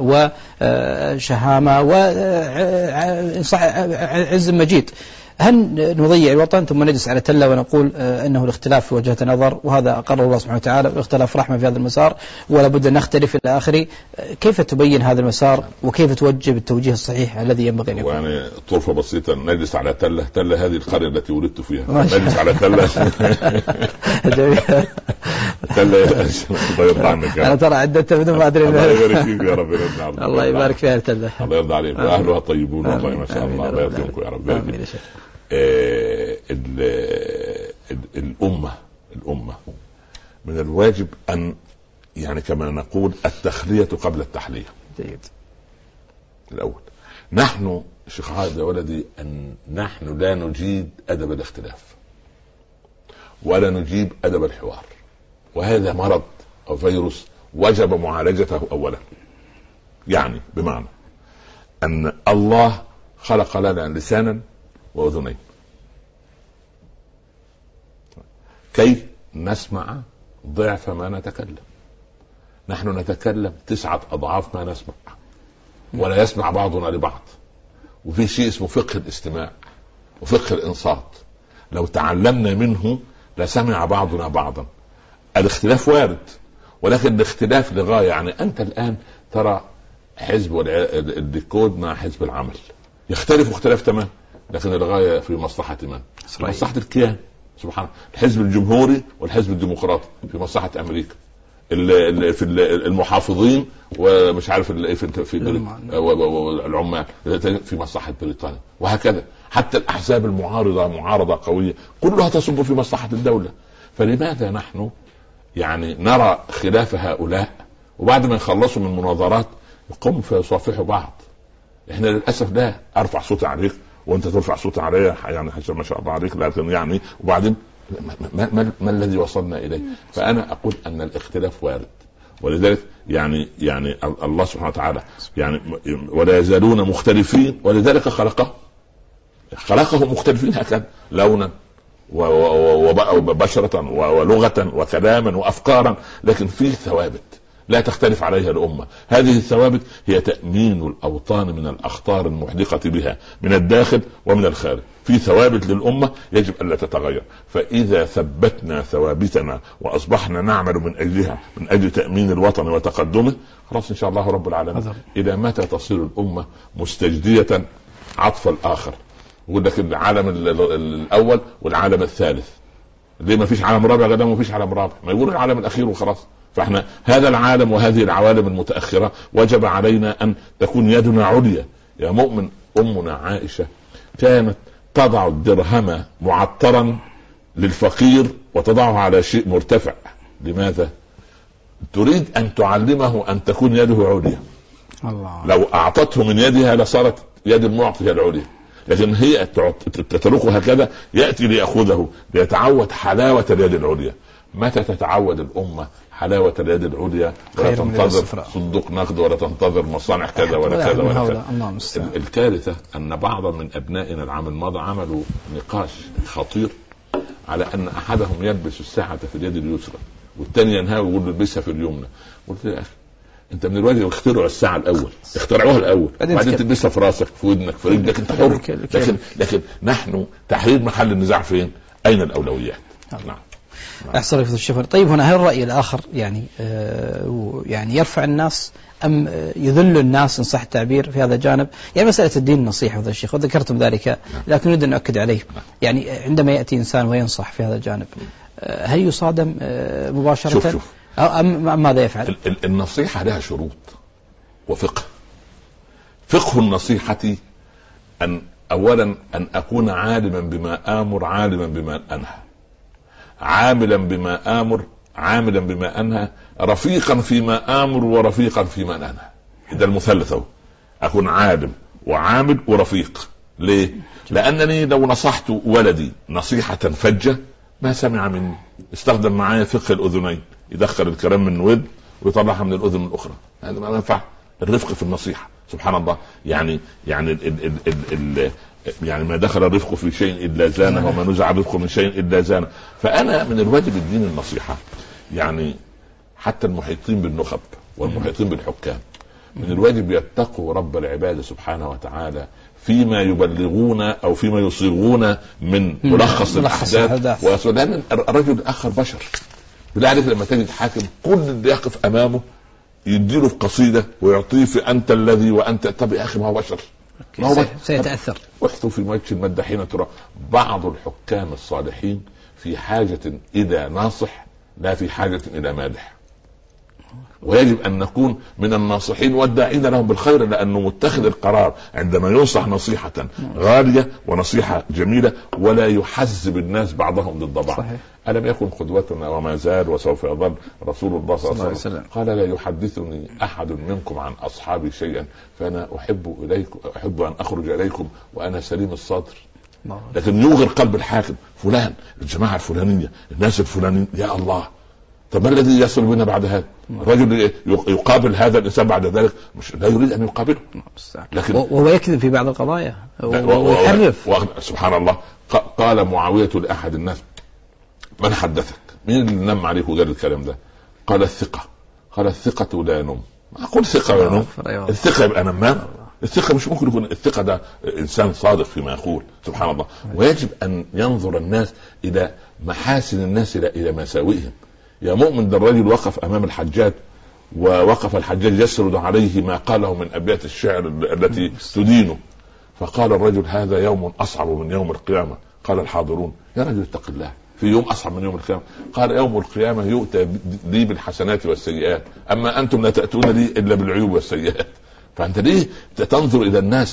وشهامة وعز مجيد. هل نضيع الوطن ثم نجلس على تلة ونقول أنه الاختلاف في وجهة نظر وهذا أقر الله سبحانه وتعالى، والاختلاف رحمة في هذا المسار ولا بد أن نختلف إلى آخره؟ كيف تبين هذا المسار وكيف توجه بالتوجيه الصحيح الذي ينبغي أن يكون؟ يعني طرفة بسيطة، نجلس على تلة، تلة هذه القرية التي ولدت فيها، نجلس على تلة الله يرضى عنك. انا ترى عدت بدون ما ادري. الله يبارك فيك يا رب. الله يبارك في اهل تله. الله يرضى عليك واهلها طيبون والله ما شاء الله. الله يرضيكم يا رب. الامه الامه من الواجب ان يعني كما نقول التخلية قبل التحلية. جيد. الأول نحن شيخ عائد يا ولدي أن نحن لا نجيد أدب الاختلاف ولا نجيب أدب الحوار، وهذا مرض أو فيروس وجب معالجته أولا. يعني بمعنى أن الله خلق لنا لسانا وأذنين كي نسمع ضعف ما نتكلم. نحن نتكلم تسعة أضعاف ما نسمع، ولا يسمع بعضنا لبعض. وفي شيء اسمه فقه الاستماع وفقه الإنصات، لو تعلمنا منه لسمع بعضنا بعضا. الاختلاف وارد، ولكن الاختلاف لغاية. يعني أنت الآن ترى حزب الديكود مع حزب العمل يختلف اختلاف تمام، لكن الغاية في مصلحة من؟ في مصلحة الكيان. سبحان الله. الحزب الجمهوري والحزب الديمقراطي في مصلحة أمريكا، في المحافظين ومش عارف في في العمال في مصلحة بريطانيا، وهكذا. حتى الأحزاب المعارضة معارضة قوية كلها تصب في مصلحة الدولة. فلماذا نحن يعني نرى خلاف هؤلاء وبعد ما يخلصوا من مناظرات يقوموا فيصافحوا بعض؟ احنا للأسف لا أرفع صوتي عليك وانت ترفع صوت عليا، يعني ما شاء الله عليك، لكن يعني وبعدين ما, ما, ما الذي وصلنا اليه؟ فانا اقول ان الاختلاف وارد، ولذلك يعني يعني الله سبحانه وتعالى يعني ولا يزالون مختلفين، ولذلك خلقهم خلقهم مختلفين هكذا لونا وبشرة ولغة وكلاما وافكارا، لكن فيه ثوابت لا تختلف عليها الأمة. هذه الثوابت هي تأمين الأوطان من الأخطار المحدقة بها من الداخل ومن الخارج. في ثوابت للأمة يجب أن لا تتغير. فإذا ثبتنا ثوابتنا وأصبحنا نعمل من أجلها من أجل تأمين الوطن وتقدمه، خلاص إن شاء الله رب العالمين. إلى متى تصير الأمة مستجدية عطف الآخر؟ يقول لك العالم الأول والعالم الثالث، ليه ما فيش عالم رابع؟ غدا ما فيش عالم رابع، ما يقولوا العالم الأخير وخلاص. فاحنا هذا العالم وهذه العوالم المتأخرة وجب علينا أن تكون يدنا عليا. يا مؤمن، أمنا عائشة كانت تضع الدرهم معطرا للفقير وتضعه على شيء مرتفع. لماذا؟ تريد أن تعلمه أن تكون يده عليا. الله. لو أعطته من يدها لصارت يد المعطي هي العليا، لكن هي تتركه هكذا، يأتي ليأخذه ليتعود حلاوة اليد العليا. متى تتعود الأمة حلاوة اليد العليا ولا تنتظر صندوق نقد ولا تنتظر مصانع كذا ولا كذا ولا كذا؟ الكارثة أن بعض من أبنائنا العام الماضي عملوا نقاش خطير على أن أحدهم يلبس الساعة في اليد اليسرى والثاني ينهى ويقول البسها في اليمنى. قلت له يا أخي انت من الواجب اخترعوا الساعة الاول، اخترعوها الاول بعدين تلبسها في راسك في ودنك في رجلك، انت حر. لكن لكن نحن تحرير محل النزاع فين؟ اين الاولويات؟ نعم. أحسن في الشفر. طيب هنا هل الرأي الآخر يعني آه يعني يرفع الناس أم يذل الناس إن صح التعبير في هذا الجانب؟ يعني مسألة الدين النصيحة هذا الشيخ وذكرتم ذلك، لكن نريد أن نؤكد عليه. يعني عندما يأتي إنسان وينصح في هذا الجانب آه هل يصادم آه مباشرة؟ شوف شوف. أم ماذا يفعل؟ النصيحة لها شروط وفقه. فقه النصيحة أن أولا أن أكون عالما بما آمر عالما بما أنهى، عاملا بما آمر عاملا بما أنهى، رفيقا فيما آمر ورفيقا فيما أنهى. إذا المثلث هو أكون عالم وعامل ورفيق. ليه؟ لأنني لو نصحت ولدي نصيحة فجة ما سمع مني. استخدم معايا فقه الأذنين، يدخل الكلام من ود ويطلعها من الأذن الأخرى. هذا ما ينفع. الرفق في النصيحة سبحان الله. يعني يعني ال ال ال ال يعني ما دخل الرفق في شيء إلا زانه وما نزع الرفق من شيء إلا زانه. فأنا من الواجب الدين النصيحة. يعني حتى المحيطين بالنخب والمحيطين بالحكام من الواجب يتقوا رب العباد سبحانه وتعالى فيما يبلغون أو فيما يصيغون من ملخص الأحداث. ولأن الرجل الآخر بشر. بالله عليك لما تجد حاكم كل اللي يقف أمامه يديله في قصيدة ويعطيه في أنت الذي وأنت. طب يا أخي ما هو بشر، ما هو سيتأثر. واحثوا في وجه المدحين ترى بعض الحكام الصالحين في حاجة إلى ناصح لا في حاجة إلى مادح، ويجب أن نكون من الناصحين والداعين لهم بالخير، لأنه متخذ القرار عندما ينصح نصيحة غالية ونصيحة جميلة ولا يحزب الناس بعضهم ضد بعض. ألم يكن قدوتنا وما زال وسوف يظل رسول الله صلى الله عليه وسلم قال لا يحدثني أحد منكم عن أصحابي شيئا فأنا أحب إليكم أحب أن أخرج إليكم وأنا سليم الصدر. لكن يوغر قلب الحاكم فلان، الجماعة الفلانية، الناس الفلانيين، يا الله طب ما الذي يصل بنا بعد هذا؟ الرجل يقابل هذا الإنسان بعد ذلك مش لا يريد أن يقابله، لكن وهو يكذب في بعض القضايا ويحرف. سبحان الله. قال معاوية لأحد الناس من حدثك؟ مين اللي نم عليك وقال الكلام ده؟ قال الثقة. قال الثقة لا ينم. أقول ثقة لا ينم؟ الثقة يبقى نمام؟ الثقة مش ممكن يكون الثقة ده إنسان صادق فيما يقول. سبحان الله. ويجب أن ينظر الناس إلى محاسن الناس إلى مساوئهم. يا مؤمن ده الرجل وقف أمام الحجاج ووقف الحجاج يسرد عليه ما قاله من أبيات الشعر التي تدينه، فقال الرجل هذا يوم أصعب من يوم القيامة. قال الحاضرون يا رجل اتق الله، في يوم أصعب من يوم القيامة؟ قال يوم القيامة يؤتى لي بالحسنات والسيئات، أما أنتم لا تأتون لي إلا بالعيوب والسيئات. فأنت ليه تنظر إلى الناس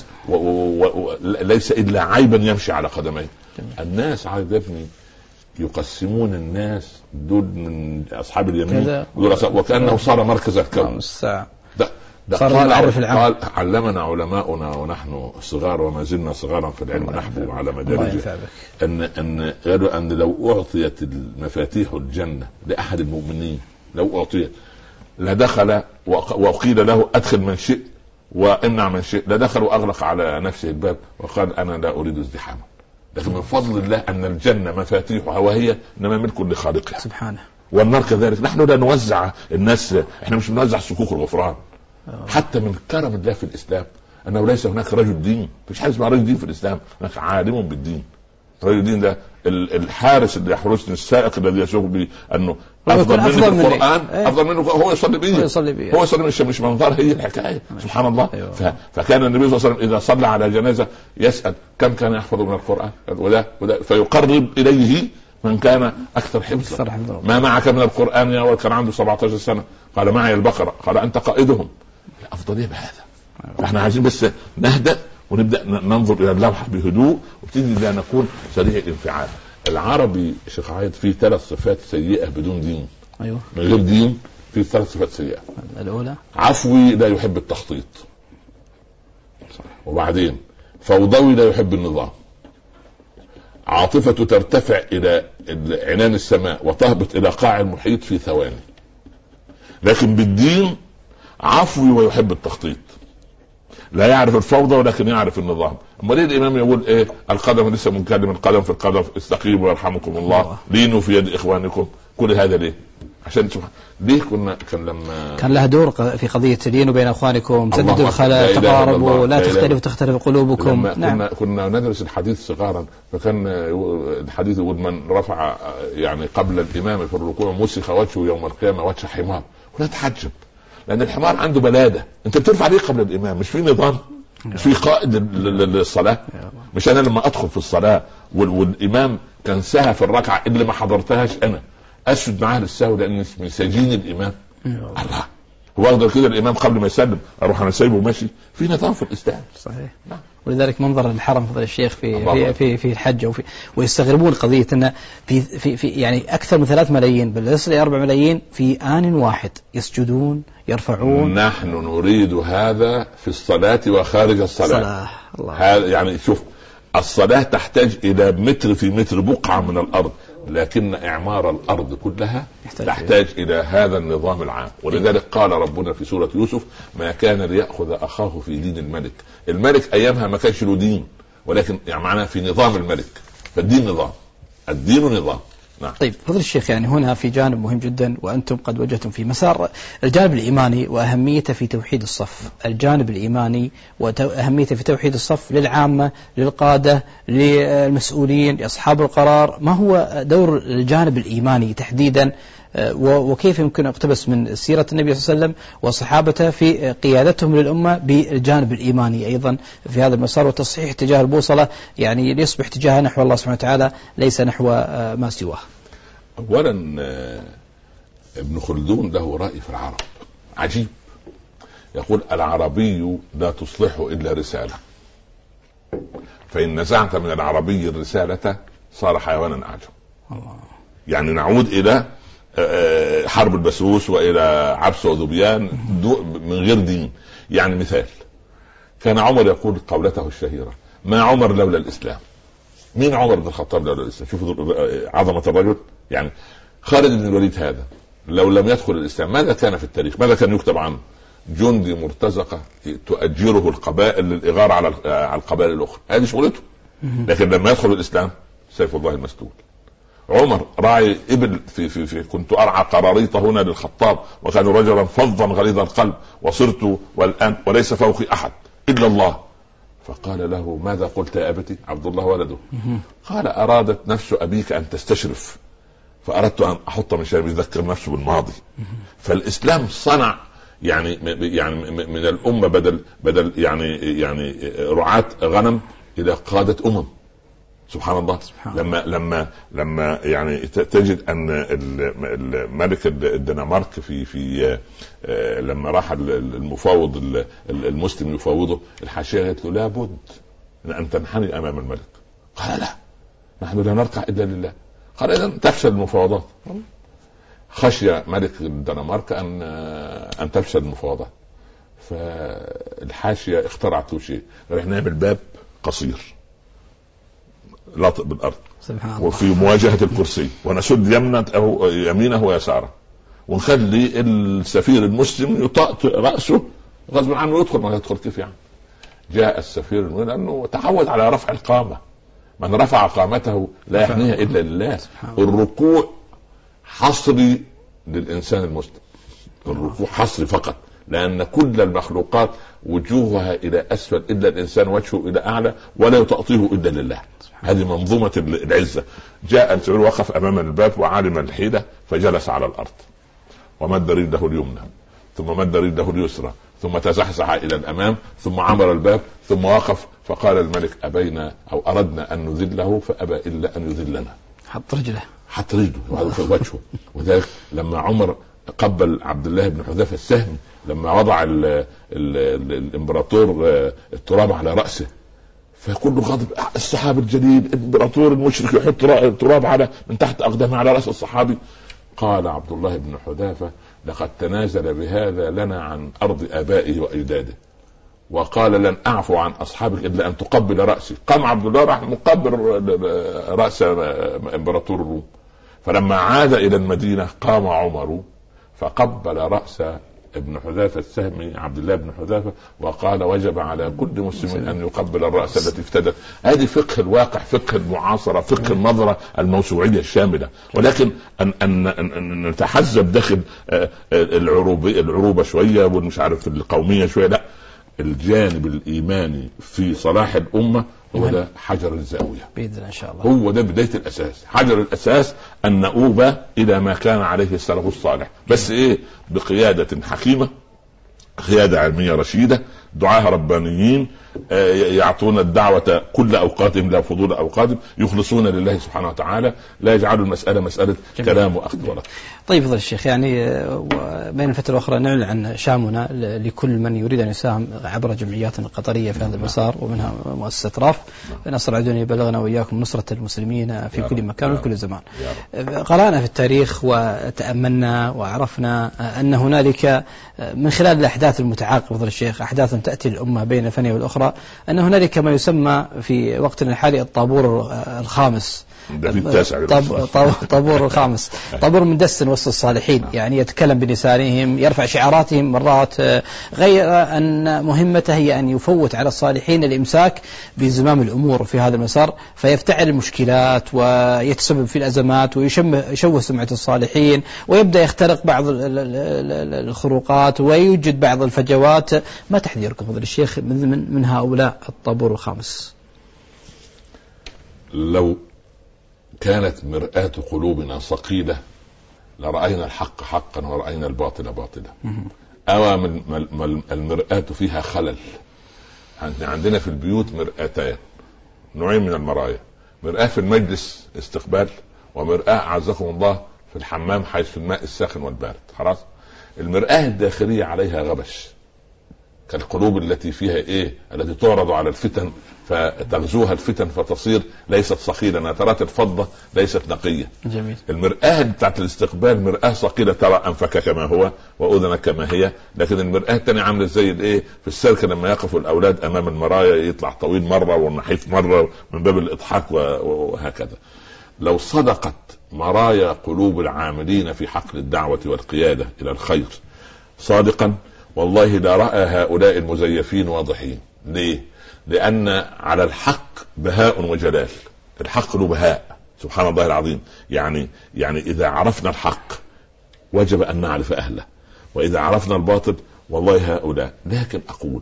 وليس إلا عيبا يمشي على قدميه؟ الناس عايز ابني يقسمون الناس دول من أصحاب اليمين وكأنه صار مركز الكون. ده, ده قال, قال علمنا علماؤنا ونحن صغار وما زلنا صغارا في العلم نحبو على مدارجه أن, أن, أن لو أعطيت المفاتيح الجنة لأحد المؤمنين، لو أعطيت لدخل وقيل له أدخل من شئت وامنع من شئت، لدخل وأغلق على نفسه الباب وقال أنا لا أريد ازدحاما. لكن من فضل الله أن الجنة مفاتيحها وهي إنما ملك لخالقها سبحانه، والنار كذلك. نحن لا نوزع الناس، احنا مش بنوزع صكوك الغفران. حتى من كرم الله في الإسلام أنه ليس هناك رجل دين، مفيش حاجة اسمها رجل دين في الإسلام، هناك عالم بالدين. رجل الدين ده الحارس اللي يحرسني، السائق الذي يسوق بي أنه أفضل منه في القرآن، أفضل منه هو يصلي بيه، هو يصلي بيه، هو يصلي مش مش منظر، هي الحكاية. سبحان الله. أيوة. فكان النبي صلى الله عليه وسلم إذا صلى على جنازة يسأل كم كان يحفظ من القرآن، وده وده فيقرب إليه من كان أكثر حفظا. ما معك من القرآن يا ولد؟ كان عنده سبعة عشر سنة. قال معي البقرة. قال أنت قائدهم. أفضلية بهذا. فإحنا عايزين بس نهدأ ونبدأ ننظر إلى اللوحة بهدوء وابتدي أن نكون سريع الانفعال. العربي شيخ عايد فيه ثلاث صفات سيئة بدون دين. أيوة. من غير دين فيه ثلاث صفات سيئة. الأولى عفوي لا يحب التخطيط، وبعدين فوضوي لا يحب النظام، عاطفته ترتفع إلى عنان السماء وتهبط إلى قاع المحيط في ثواني. لكن بالدين عفوي ويحب التخطيط، لا يعرف الفوضى ولكن يعرف النظام. امال ايه الامام يقول ايه؟ القدم لسه منكدم، القدم في القدم، استقيموا ويرحمكم الله، لينوا في يد اخوانكم. كل هذا ليه؟ عشان سبحان ليه كنا كان لما كان لها دور في قضيه لينوا بين اخوانكم، سددوا الخلاء، تقاربوا، لا تختلف تختلف قلوبكم. نعم. كنا كنا ندرس الحديث صغارا، فكان الحديث يقول من رفع يعني قبل الامام في الركوع مسخ وجهه يوم القيامه وجه حمار. كنا نتحجب لأن الحمار عنده بلادة. أنت بترفع ليه قبل الإمام؟ مش في نظام، مش في قائد للصلاة. مش أنا لما أدخل في الصلاة والإمام كان سهى في الركعة اللي ما حضرتهاش أنا أسجد معاه للسهو لأن من سجين الإمام. الله، هو أقدر كده الإمام قبل ما يسلم أروح أنا سايبه وماشي؟ في نظام في الإسلام. صحيح. نعم. ولذلك منظر الحرم فضل الشيخ في في في, في الحج وفي ويستغربون قضية أن في في في يعني أكثر من ثلاث ملايين بل يصل إلى أربع ملايين في آن واحد يسجدون يرفعون. نحن نريد هذا في الصلاة وخارج الصلاة. هذا يعني شوف، الصلاة تحتاج إلى متر في متر بقعة من الأرض، لكن إعمار الأرض كلها تحتاج إلى هذا النظام العام. ولذلك قال ربنا في سورة يوسف ما كان ليأخذ أخاه في دين الملك. الملك أيامها ما كانش له دين، ولكن يعني معنا في نظام الملك، فالدين نظام، الدين نظام. نعم. طيب فضل الشيخ، يعني هنا في جانب مهم جدا وأنتم قد وجهتم في مسار الجانب الإيماني وأهميته في توحيد الصف. الجانب الإيماني وأهميته في توحيد الصف للعامة، للقادة، للمسؤولين، لأصحاب القرار. ما هو دور الجانب الإيماني تحديدا، وكيف يمكن اقتبس من سيرة النبي صلى الله عليه وسلم وصحابته في قيادتهم للأمة بالجانب الإيماني أيضا في هذا المسار، وتصحيح اتجاه البوصلة يعني ليصبح اتجاه نحو الله سبحانه وتعالى ليس نحو ما سواه. أولا ابن خلدون له رأي في العرب عجيب، يقول العربي لا تصلحه إلا رسالة، فإن نزعت من العربي الرسالة صار حيوانا أعجب. يعني نعود إلى حرب البسوس وإلى عبس وذبيان من غير دين. يعني مثال، كان عمر يقول قولته الشهيرة: ما عمر لولا الإسلام. مين عمر بن الخطاب لولا الإسلام؟ شوفوا عظمة الرجل. يعني خالد بن الوليد هذا لو لم يدخل الإسلام ماذا كان في التاريخ؟ ماذا كان يكتب عنه؟ جندي مرتزقة تؤجره القبائل للإغارة على على القبائل الأخرى، هذه شغلته. لكن لما يدخل الإسلام سيف الله المسلول. عمر راعي إبل في, في, في كنت أرعى قراريط هنا للخطاب، وكان رجلا فظا غليظ القلب، وصرت والآن وليس فوقي أحد إلا الله. فقال له: ماذا قلت يا أبتي؟ عبد الله ولده. قال: أرادت نفس أبيك أن تستشرف، فأردت أن أحط من شيء يذكر نفسه بالماضي. فالإسلام صنع يعني يعني من الأمة بدل بدل يعني يعني رعاة غنم إلى قادة أمم. سبحان الله. سبحان لما لما لما يعني تجد ان الملك الدنمارك في في لما راح المفاوض المسلم يفاوضه، الحاشيه قالت له: لابد ان تنحني امام الملك. قال: لا، نحن لا نركع الا لله. قال: اذا تفشل المفاوضات. خشي ملك الدنمارك ان ان تفشل المفاوضات، فالحاشيه اخترعت له شيء، رح نعمل باب قصير لاطئ بالارض وفي مواجهه الكرسي، ونسد يمنه او يمينه ويساره، ونخلي السفير المسلم يطأطئ راسه غصب عنه يدخل. ما يدخل كيف يعني؟ جاء السفير لانه تعود على رفع القامه، من رفع قامته لا يحنيها الا لله. الركوع حصري للانسان المسلم، الركوع حصري فقط، لأن كل المخلوقات وجوهها إلى أسفل إلا الإنسان وجهه إلى أعلى، ولا يتأطيه إلا لله. هذه منظومة العزة. جاء السعير وقف أمام الباب وعلم الحيلة فجلس على الأرض، ومد رجله اليمنى، ثم مد رجله اليسرى، ثم تزحزح إلى الأمام، ثم عمر الباب، ثم وقف. فقال الملك: أبينا أو أردنا أن نذله فأبى إلا أن يذلنا. حط رجله حط رجله في وجهه. وذلك لما عمر قبل عبد الله بن حذافة السهمي لما وضع ال ال ال الامبراطور التراب على رأسه، فكله غضب. الصحابي الجليل الامبراطور المشرك يحط التراب على من تحت أقدامه على رأس الصحابي. قال عبد الله بن حذافة: لقد تنازل بهذا لنا عن أرض آبائه وأجداده، وقال: لن أعفو عن أصحابك إلا أن تقبل رأسي. قام عبد الله راح مقبل رأس امبراطور الروم. فلما عاد إلى المدينة قام عمر فقبل رأس ابن حذافة السهمي عبد الله بن حذافة، وقال: وجب على كل مسلم أن يقبل الرأس التي افتدت. هذه فقه الواقع، فقه المعاصرة، فقه النظرة الموسوعية الشاملة. ولكن أن, أن, أن نتحزب داخل العروبة العروبة شوية والمش عارف القومية شوية، لا، الجانب الإيماني في صلاح الأمة هو ده حجر الزاوية بإذن إن شاء الله. هو ده بداية الأساس، حجر الأساس أن نؤوب إلى ما كان عليه السلف الصالح، بس إيه؟ بقيادة حكيمة، قيادة علمية رشيدة، دعاة ربانيين يعطون الدعوة كل أوقاتهم لا فضول أوقاتهم، يخلصون لله سبحانه وتعالى، لا يجعلوا المسألة مسألة جميل. كلام وأخذ ورد. طيب فضل الشيخ، يعني بين الفترة الأخرى نعلن عن شامنا لكل من يريد أن يساهم عبر جمعيات قطرية في هذا المسار، ومنها مؤسسة راف. نصر عدوني بلغنا وإياكم نصرة المسلمين في كل مكان وفي كل زمان. قرأنا في التاريخ وتأملنا وعرفنا أن هنالك من خلال الأحداث المتعاقبة فضل الشيخ، أحداث تأتي الأمة بين الفنية والأخرى، أن هنالك ما يسمى في وقتنا الحالي الطابور الخامس، طابور الخامس، طابور مدسن وسط الصالحين، يعني يتكلم بلسانهم، يرفع شعاراتهم مرات، غير أن مهمته هي أن يفوت على الصالحين الإمساك بزمام الأمور في هذا المسار، فيفتعل المشكلات ويتسبب في الأزمات ويشوه سمعة الصالحين، ويبدأ يخترق بعض الخروقات ويوجد بعض الفجوات. ما تحذيركم فضل الشيخ من, من هؤلاء الطابور الخامس؟ لو كانت مرآة قلوبنا صقيلة لرأينا الحق حقا ورأينا الباطل باطلا. أو من المرآة فيها خلل. عندنا في البيوت مرآتين، نوعين من المرايا، مرآة في المجلس استقبال، ومرآة أعزكم الله في الحمام حيث الماء الساخن والبارد، خلاص المرآة الداخلية عليها غبش كالقلوب التي فيها ايه، التي تعرض على الفتن فتغزوها الفتن فتصير ليست صقيلة، نترات الفضة ليست نقية. جميل. المرآة بتاعت الاستقبال مرآة صقيلة ترى أنفك كما هو وأذنك كما هي، لكن المرآة التانية عاملة زي الايه في السيرك لما يقف الأولاد أمام المرايا يطلع طويل مرة والنحيف مرة من باب الإضحاك وهكذا. لو صدقت مرايا قلوب العاملين في حقل الدعوة والقيادة إلى الخير صادقا والله لا رأى هؤلاء المزيفين واضحين. ليه؟ لأن على الحق بهاء وجلال، الحق له بهاء سبحان الله العظيم. يعني يعني إذا عرفنا الحق وجب أن نعرف أهله، وإذا عرفنا الباطل والله هؤلاء. لكن أقول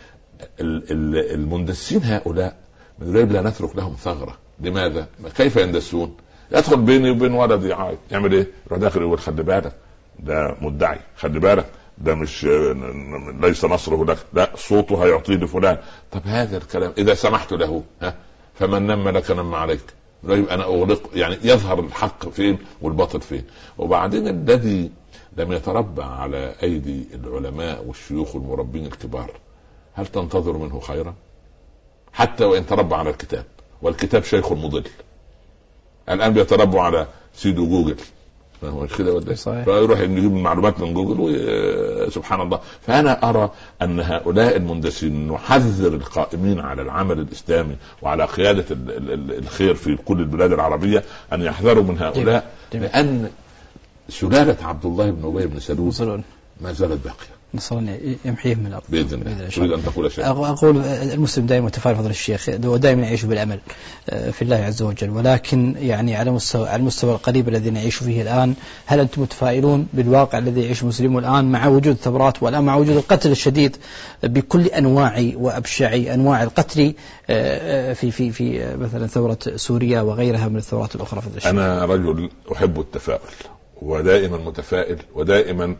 المندسين هؤلاء من غير لا نترك لهم ثغرة. لماذا؟ كيف يندسون؟ يدخل بيني وبين ولدي عايز يعمل ايه؟ يروح داخل يقول خلي بالك ده مدعي، خلي بالك ده مش ليس نصره لك، لا صوته هيعطيه لفلان. طب هذا الكلام اذا سمحت له ها فمن نم لك نم عليك. يبقى انا اغلق، يعني يظهر الحق فين والباطل فين. وبعدين الذي لم يتربى على ايدي العلماء والشيوخ والمربين الكبار هل تنتظر منه خيرا؟ حتى وان تربى على الكتاب، والكتاب شيخ مضل. الان بيتربوا على سيدو جوجل، هو مش كده ولا؟ فيروح يجيب المعلومات من جوجل وسبحان الله. فانا ارى ان هؤلاء المندسين نحذر القائمين على العمل الاسلامي وعلى قياده الخير في كل البلاد العربيه ان يحذروا من هؤلاء، لان سلاله عبد الله بن ابي بن سلول ما زالت باقيه. نسأل الله يمحيه من الأرض بإذن الله. تريد أن تقول شيء؟ أقول المسلم دائما متفائل فضل الشيخ، ودائما يعيش بالأمل في الله عز وجل، ولكن يعني على مستوى على المستوى القريب الذي نعيش فيه الآن، هل أنتم متفائلون بالواقع الذي يعيش المسلمون الآن مع وجود الثورات والآن مع وجود القتل الشديد بكل أنواع وأبشع أنواع القتل في في في مثلا ثورة سوريا وغيرها من الثورات الأخرى فضل الشيخ؟ أنا رجل أحب التفاؤل ودائما متفائل، ودائما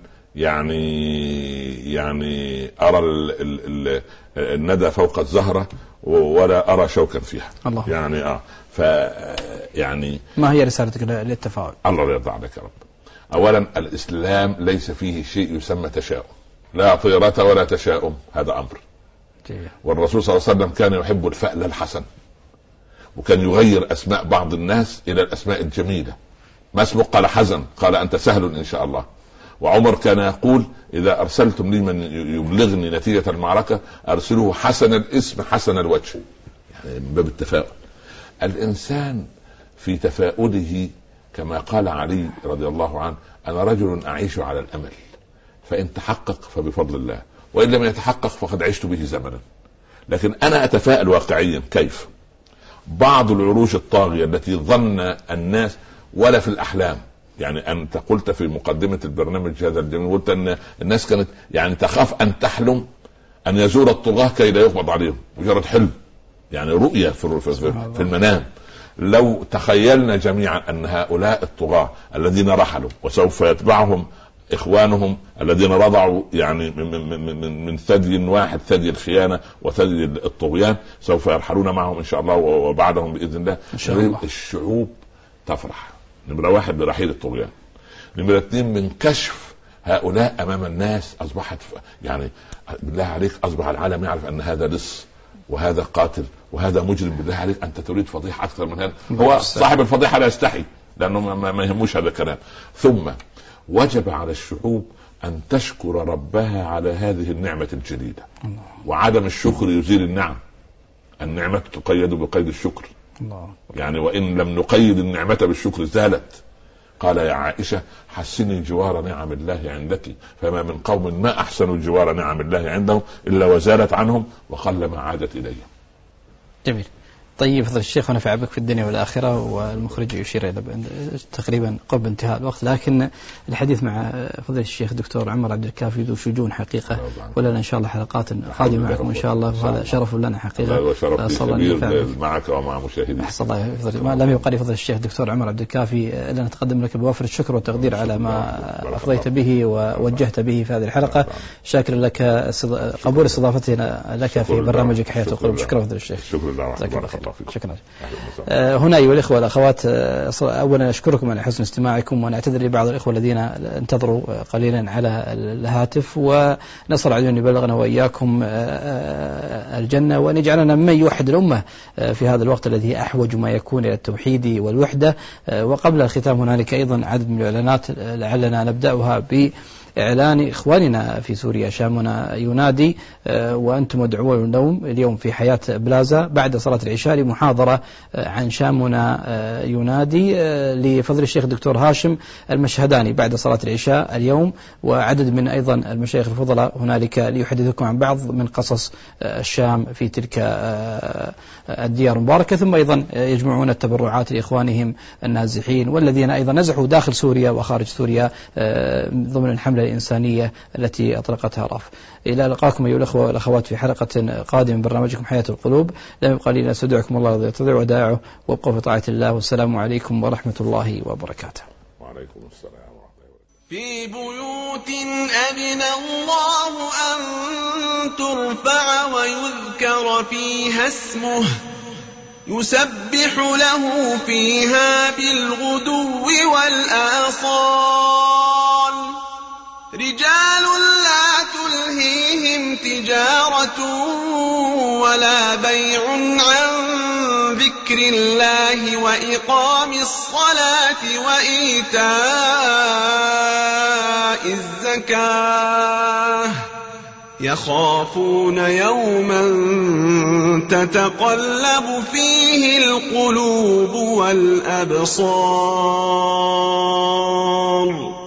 يعني يعني أرى ال ال ال الندى فوق الزهرة ولا أرى شوكا فيها. الله. يعني آه ف يعني ما هي رسالتك للتفاؤل؟ الله يرضى عليك يا رب. أولا الإسلام ليس فيه شيء يسمى تشاؤم، لا طيرة ولا تشاؤم، هذا أمر. جيه. والرسول صلى الله عليه وسلم كان يحب الفأل الحسن، وكان يغير أسماء بعض الناس إلى الأسماء الجميلة. ما اسمك؟ قال حزن، قال أنت سهل إن شاء الله. وعمر كان يقول إذا أرسلتم لي من يبلغني نتيجة المعركة أرسله حسن الاسم حسن الوجه، يعني من باب التفاؤل. الإنسان في تفاؤله كما قال علي رضي الله عنه أنا رجل أعيش على الأمل، فإن تحقق فبفضل الله، وإن لم يتحقق فقد عشت به زمنا. لكن أنا أتفائل واقعيا. كيف؟ بعض العروش الطاغية التي ظن الناس ولا في الأحلام، يعني أنت قلت في مقدمة البرنامج هذا الجميل، قلت أن الناس كانت يعني تخاف أن تحلم أن يزور الطغاة كي لا يقبض عليهم، مجرد حلم، يعني رؤية في, في, في المنام. لو تخيلنا جميعا أن هؤلاء الطغاة الذين رحلوا وسوف يتبعهم إخوانهم الذين رضعوا يعني من, من, من, من ثدي واحد، ثدي الخيانة وثدي الطغيان، سوف يرحلون معهم إن شاء الله وبعدهم بإذن الله. إن شاء الله. الشعوب تفرح. نمرة واحد برحيل الطغيان، نمرة اثنين من كشف هؤلاء أمام الناس. أصبحت يعني بالله عليك أصبح العالم يعرف أن هذا لص وهذا قاتل وهذا مجرم. بالله عليك أنت تريد فضيحة أكثر من هذا؟ هو صاحب الفضيحة لا يستحي لأنه ما يهموش هذا الكلام. ثم وجب على الشعوب أن تشكر ربها على هذه النعمة الجليلة، وعدم الشكر يزيل النعم. النعمة تقيد بقيد الشكر. الله. يعني وإن لم نقيد النعمة بالشكر زالت. قال يا عائشة حسني جوار نعم الله عندك، فما من قوم ما أحسنوا جوار نعم الله عندهم إلا وزالت عنهم وقل ما عادت إليهم. جميل. طيب فضل الشيخ ونفع بك في الدنيا والآخرة، والمخرج يشير إلى تقريبا قرب انتهاء الوقت، لكن الحديث مع فضل الشيخ دكتور عمر عبد الكافي ذو شجون حقيقة، ولنا إن شاء الله حلقات قادمة معكم إن شاء الله، وهذا شرف لنا حقيقة. وشرف كبير معك ومع مشاهديك. أحسن الله يفضل. ما لم يقال فضل الشيخ دكتور عمر عبد الكافي إلا نتقدم لك بوافر الشكر والتقدير على ما أفضيت به ووجهت به في هذه الحلقة. شاكر لك قبول استضافتنا لك في برنامجك حياة القلوب. شكرا فضل الشيخ. شكرا لله. الله فيكم. شكرا. آه هنا أيها الإخوة والأخوات، آه أولا أشكركم على حسن استماعكم، ونعتذر لبعض الإخوة الذين انتظروا قليلا على الهاتف، ونسأل عز وجل يبلغنا وإياكم آه الجنة، وأن يجعلنا ممن يوحد الأمة آه في هذا الوقت الذي أحوج ما يكون إلى التوحيد والوحدة. آه وقبل الختام هنالك أيضا عدد من الإعلانات لعلنا نبدأها ب إعلان إخواننا في سوريا. شامنا ينادي وأنتم مدعوون للنوم اليوم في حياة بلازا بعد صلاة العشاء لمحاضرة عن شامنا ينادي لفضل الشيخ الدكتور هاشم المشهداني بعد صلاة العشاء اليوم، وعدد من أيضا المشايخ الفضلاء هنالك ليحدثكم عن بعض من قصص الشام في تلك الديار المباركة. ثم أيضا يجمعون التبرعات لإخوانهم النازحين والذين أيضا نزحوا داخل سوريا وخارج سوريا ضمن الحملة الإنسانية التي أطلقتها راف. إلى لقاكم أيها الأخوة والأخوات في حلقة قادمة من برنامجكم حياة القلوب. لم يبقى لي أستودعكم الله الذي يرتضي ودائعه، وابقوا في طاعة الله، والسلام عليكم ورحمة الله وبركاته. وعليكم السلام ورحمة الله. في بيوت أذن الله أن ترفع ويذكر فيها اسمه يسبح له فيها بالغدو والآصال رجال لا تلهيهم تجارة ولا بيع عن ذكر الله وإقام الصلاة وإيتاء الزكاة يخافون يوما تتقلب فيه القلوب والأبصار.